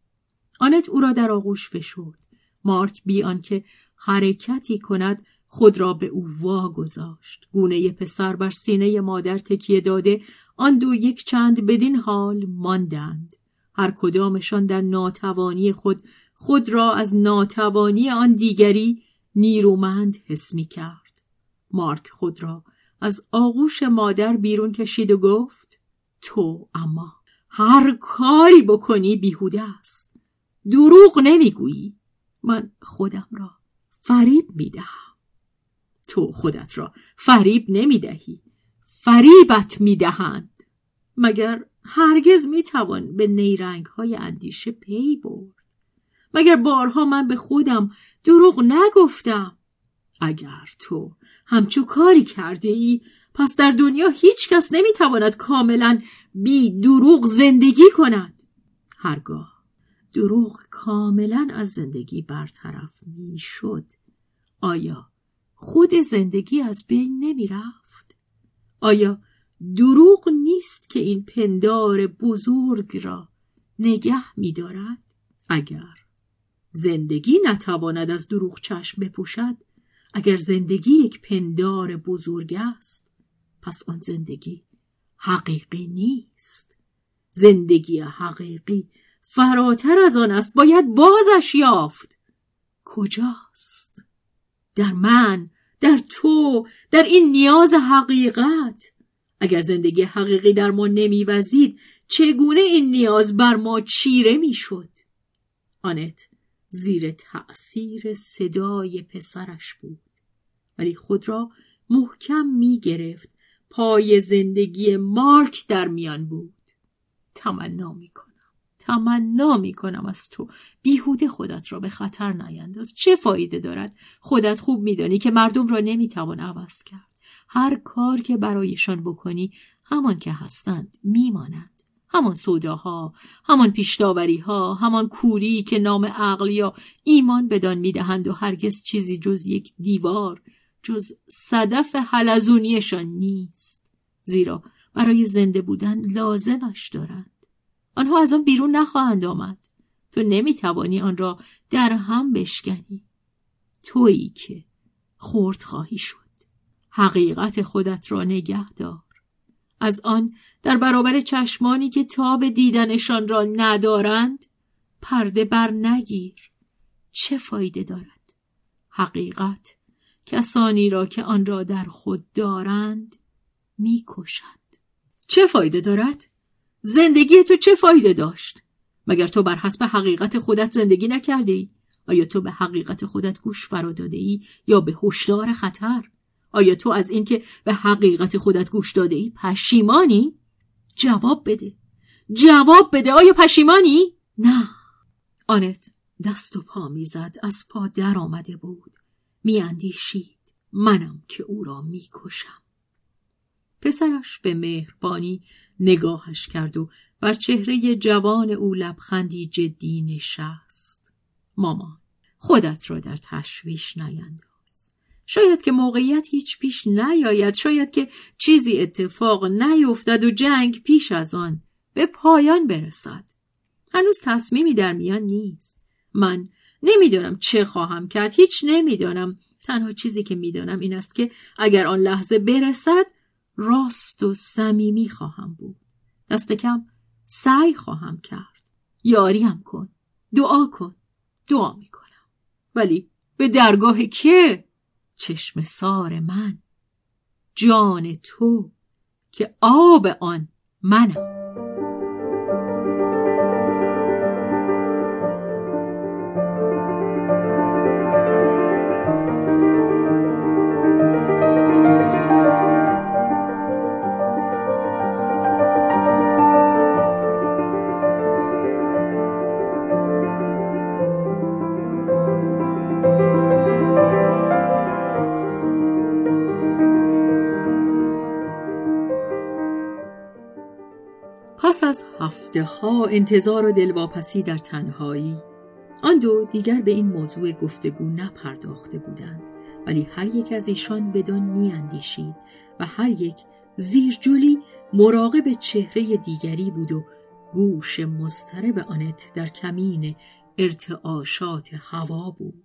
آنت او را در آغوش فشرد. مارک بی آنکه حرکتی کند خود را به او واگذاشت. گونه پسر بر سینه مادر تکیه داده، آن دو یک چند بدین حال ماندند. هر کدامشان در ناتوانی خود خود را از ناتوانی آن دیگری نیرومند حس می کرد. مارک خود را از آغوش مادر بیرون کشید و گفت تو اما هر کاری بکنی بیهوده است. دروغ نمیگویی. من خودم را فریب میدهم. تو خودت را فریب نمیدهی. فریبت میدهند. مگر هرگز میتوان به نیرنگ های اندیشه پی برد؟ مگر بارها من به خودم دروغ نگفتم؟ اگر تو همچو کاری کرده ای، پس در دنیا هیچ کس نمیتواند کاملا بی دروغ زندگی کند. هرگاه دروغ کاملا از زندگی برطرف می شد، آیا خود زندگی از بین نمی رفت؟ آیا دروغ نیست که این پندار بزرگ را نگه می دارد؟ اگر زندگی نتواند از دروغ چشم بپوشد، اگر زندگی یک پندار بزرگ است، پس آن زندگی حقیقی نیست. زندگی حقیقی فراتر از آن است. باید بازش یافت. کجاست؟ در من، در تو، در این نیاز حقیقت. اگر زندگی حقیقی در ما نمی‌وزید، چگونه این نیاز بر ما چیره می‌شد؟ آنت زیر تأثیر صدای پسرش بود، ولی خود را محکم می‌گرفت. پای زندگی مارک در میان بود. تمنا می‌کنم تمنا می‌کنم از تو بیهوده خودت را به خطر نینداز. چه فایده دارد؟ خودت خوب می‌دانی که مردم را نمی‌توان عوض کرد. هر کار که برایشان بکنی، همان که هستند میمانند. همان سوداها، همان پیش‌داوری‌ها، همان کوری که نام عقل یا ایمان بدان می‌دهند و هرگز چیزی جز یک دیوار، جز صدف حلزونیشان نیست. زیرا برای زنده بودن لازمش دارند. آنها از آن بیرون نخواهند آمد. تو نمی‌توانی آن را در هم بشکنی. تویی که خرد خواهی شد. حقیقت خودت را نگه دار. از آن در برابر چشمانی که تاب دیدنشان را ندارند پرده بر نگیر. چه فایده دارد؟ حقیقت کسانی را که آن را در خود دارند می‌کشند. چه فایده دارد؟ زندگی تو چه فایده داشت؟ مگر تو بر حسب حقیقت خودت زندگی نکردی؟ آیا تو به حقیقت خودت گوش فرا داده ای یا به هشدار خطر؟ آیا تو از این که به حقیقت خودت گوش داده ای پشیمانی؟ جواب بده. جواب بده. آیا پشیمانی؟ نه. آنت دست و پا میزد. از پا در آمده بود. میاندیشید منم که او را میکشم. پسرش به مهربانی نگاهش کرد و بر چهره جوان او لبخندی جدی نشست. مامان، خودت را در تشویش نینداز. شاید که موقعیت هیچ پیش نیاید، شاید که چیزی اتفاق نیفتد و جنگ پیش از آن به پایان برسد. هنوز تصمیمی در میان نیست. من نمیدانم چه خواهم کرد، هیچ نمیدانم. تنها چیزی که میدانم این است که اگر آن لحظه برسد راست و صمیمی خواهم بود. دست کم سعی خواهم کرد. یاریم کن. دعا کن. دعا میکنم. ولی به درگاه که؟ چشم سار من، جان تو که آب آن منم. پس از هفته ها انتظار و دلواپسی در تنهایی، آن دو دیگر به این موضوع گفتگو نپرداخته بودند، ولی هر یک از ایشان بدان می اندیشید و هر یک زیرجولی مراقب چهره دیگری بود و گوش مضطرب آنت در کمین ارتعاشات هوا بود.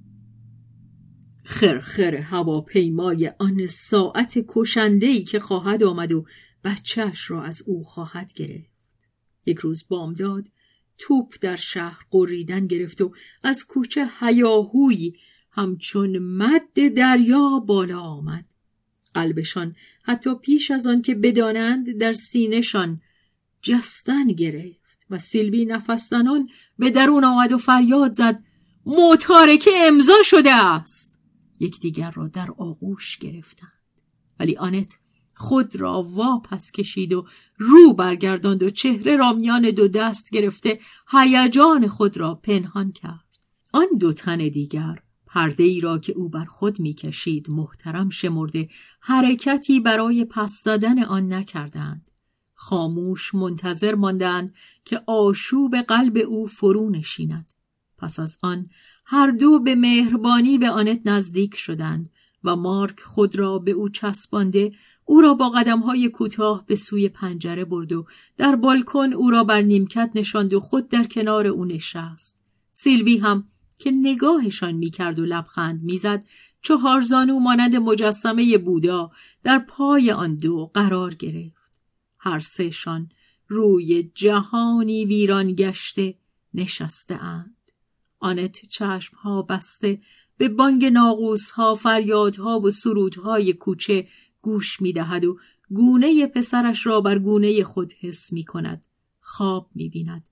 خرخر هواپیمای آن ساعت کشنده‌ای که خواهد آمد و بچه‌اش را از او خواهد گرفت. یک روز بامداد توپ در شهر قریدن گرفت و از کوچه هیاهویی همچون مد دریا بالا آمد. قلبشان حتی پیش از آن که بدانند در سینه‌شان جستن گرفت و سیلوی نفس زنان به درون آمد و فریاد زد: متارکه امضا شده است. یکدیگر را در آغوش گرفتند، ولی آنت خود را واپس کشید و رو برگرداند و چهره را میان دو دست گرفته هیجان خود را پنهان کرد. آن دو تن دیگر پرده ای را که او بر خود می‌کشید محترم شمرده حرکتی برای پس زدن آن نکردند. خاموش منتظر ماندند که آشوب قلب او فرو نشیند. پس از آن هر دو به مهربانی به آنت نزدیک شدند و مارک خود را به او چسبانده او را با قدم‌های کوتاه به سوی پنجره برد و در بالکن او را بر نیمکت نشاند و خود در کنار او نشست. سیلوی هم که نگاهشان می‌کرد و لبخند می‌زد، چهار زانو مانند مجسمه بودا در پای آن دو قرار گرفت. هر سه‌شان روی جهانی ویران گشته نشسته اند. آنت چشمها بسته به بانگ ناقوس‌ها، فریادها و سرودهای کوچه گوش می‌دهد و گونه پسرش را بر گونه خود حس می‌کند. خواب می‌بیند.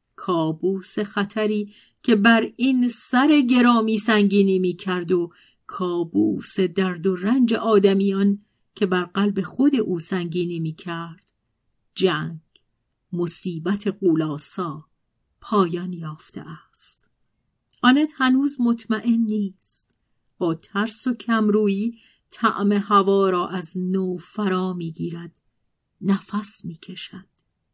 کابوس خطری که بر این سر گرامی سنگینی می‌کرد و کابوس درد و رنج آدمیان که بر قلب خود او سنگینی می‌کرد. جنگ، مصیبت غول‌آسا پایان یافته است. آنت هنوز مطمئن نیست. با ترس و کمرویی طعم هوا را از نو فرا می‌گیرد. نفس می‌کشد.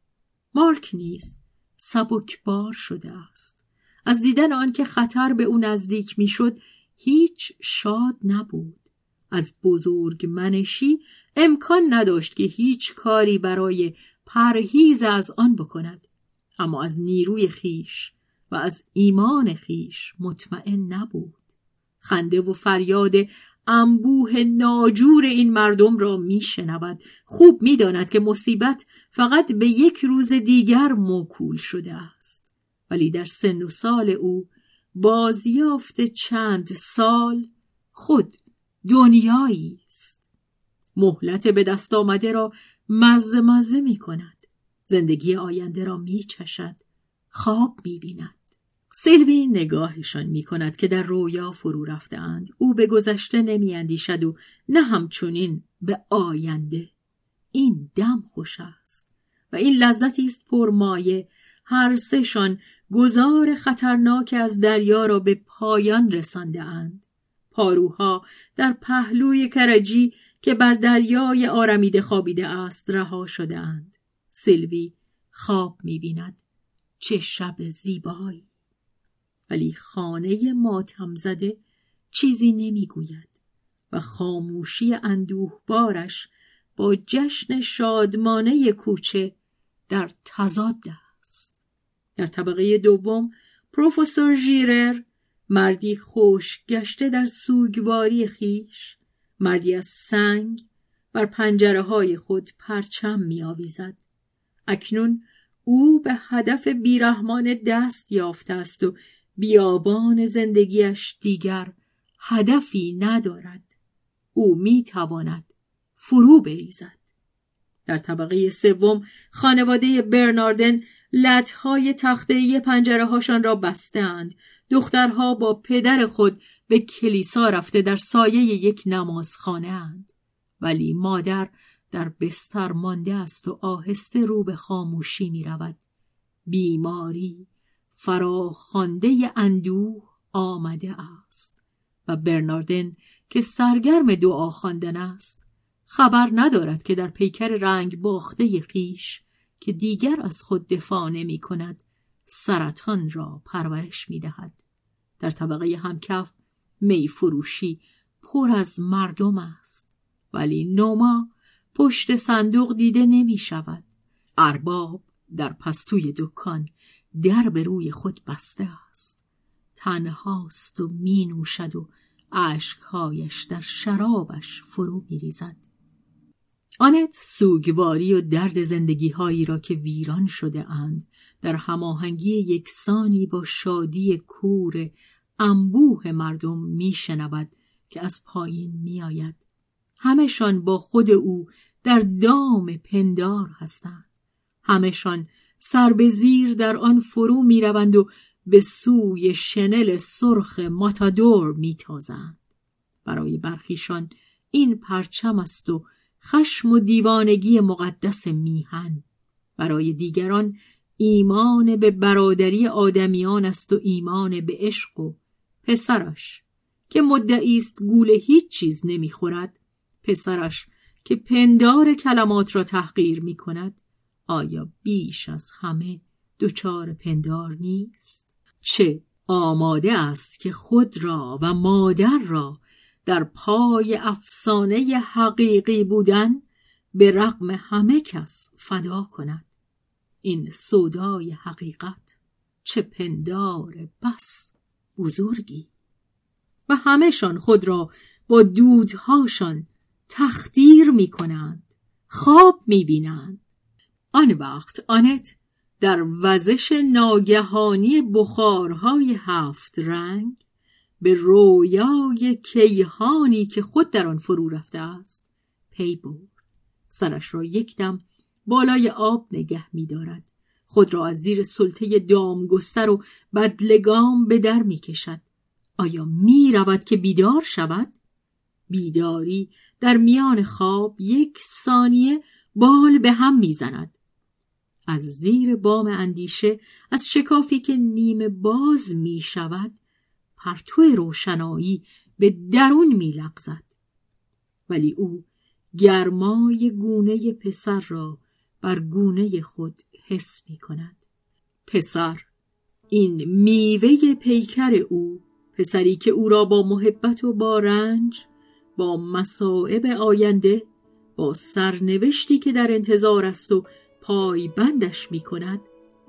مارک نیز سبکبار شده است. از دیدن آن که خطر به او نزدیک می‌شد هیچ شاد نبود. از بزرگ منشی امکان نداشت که هیچ کاری برای پرهیز از آن بکند، اما از نیروی خیش و از ایمان خیش مطمئن نبود. خنده و فریاد انبوه ناجور این مردم را میشنود. خوب میداند که مصیبت فقط به یک روز دیگر موکول شده است، ولی در سن و سال او بازیافت چند سال خود دنیایی است. مهلت به دست آمده را مزه مزه می کند. زندگی آینده را می چشد. خواب می بیند. سیلوی نگاهشان می کند که در رویا فرو رفتند. او به گذشته نمی اندیشد و نه همچنین به آینده. این دم خوش است و این لذتی است پرمایه. هر سه‌شان گذار خطرناک از دریا را به پایان رسانده اند. پاروها در پهلوی کرجی که بر دریای آرمیده خوابیده است رها شده اند. سیلوی خواب می بیند. چه شب زیبایی! ولی خانه ماتم زده چیزی نمی گوید و خاموشی اندوهبارش با جشن شادمانه کوچه در تضاد است. در طبقه دوم پروفسور ژیرر، مردی خوش گشته در سوگواری خیش، مردی از سنگ، بر پنجره های خود پرچم می آویزد. اکنون او به هدف بیرحمان دست یافته است و بیابان زندگیش دیگر هدفی ندارد. او می تواند فرو بریزد. در طبقه سوم خانواده برناردن لطهای تخته‌ای پنجره هاشان را بستند. دخترها با پدر خود به کلیسا رفته در سایه یک نمازخانه اند. ولی مادر در بستر مانده است و آهسته رو به خاموشی می رود. بیماری فراخوانده اندوه آمده است و برناردن که سرگرم دعا خواندن است خبر ندارد که در پیکر رنگ باخته خیش که دیگر از خود دفاع نمی کند سرطان را پرورش می دهد. در طبقه همکف می فروشی پر از مردم است، ولی نوما پشت صندوق دیده نمی شود. ارباب در پستوی دکان در به روی خود بسته است. تنهاست و می نوشد و اشکهایش در شرابش فرو می ریزد. آنت سوگواری و درد زندگی‌هایی را که ویران شده اند در هماهنگی یکسانی با شادی کور انبوه مردم میشنود که از پایین میآید. همه‌شان با خود او در دام پندار هستند. همشان سر به زیر در آن فرو می روند و به سوی شنل سرخ ماتادور می تازند. برای برخیشان این پرچم است و خشم و دیوانگی مقدس میهن. برای دیگران ایمان به برادری آدمیان است و ایمان به عشق. و پسرش که مدعی است گول هیچ چیز نمیخورد، پسرش که پندار کلمات را تحقیر می کند، آیا بیش از همه دچار پندار نیست؟ چه آماده است که خود را و مادر را در پای افسانه حقیقی بودن به رغم همه کس فدا کند. این سودای حقیقت چه پندار بس بزرگی. و همه‌شان خود را با دودهاشان تخدیر می کنند، خواب می بینند. آن وقت آنت در وزش ناگهانی بخارهای هفت رنگ به رویای کیهانی که خود در آن فرو رفته است پی برد. سرش را یک دم بالای آب نگه می دارد. خود را از زیر سلطه دامگستر و بدلگام به در می کشد. آیا می رود که بیدار شود؟ بیداری در میان خواب یک ثانیه بال به هم می زند. از زیر بام اندیشه، از شکافی که نیمه باز می شود، پرتو روشنایی به درون می لغزد. ولی او گرمای گونه پسر را بر گونه خود حس می کند. پسر، این میوه پیکر او، پسری که او را با محبت و با رنج، با مصائب آینده، با سرنوشتی که در انتظار است و پای بندش می کند،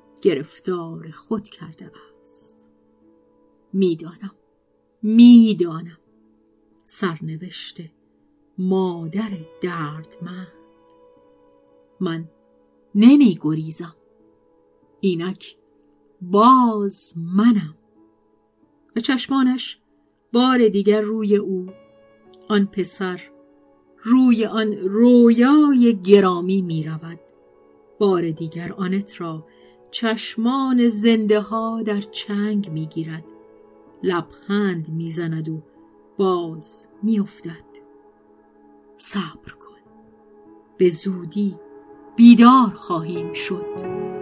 گرفتار خود کرده است. میدانم، میدانم سرنوشت مادر دردمند. من نمی گریزم. اینک باز منم. و چشمانش بار دیگر روی او، آن پسر، روی آن رویای گرامی می رود. بار دیگر آنت را چشمان زنده ها در چنگ می گیرد. لبخند می زند و باز می افتد. صبر کن، به زودی بیدار خواهیم شد.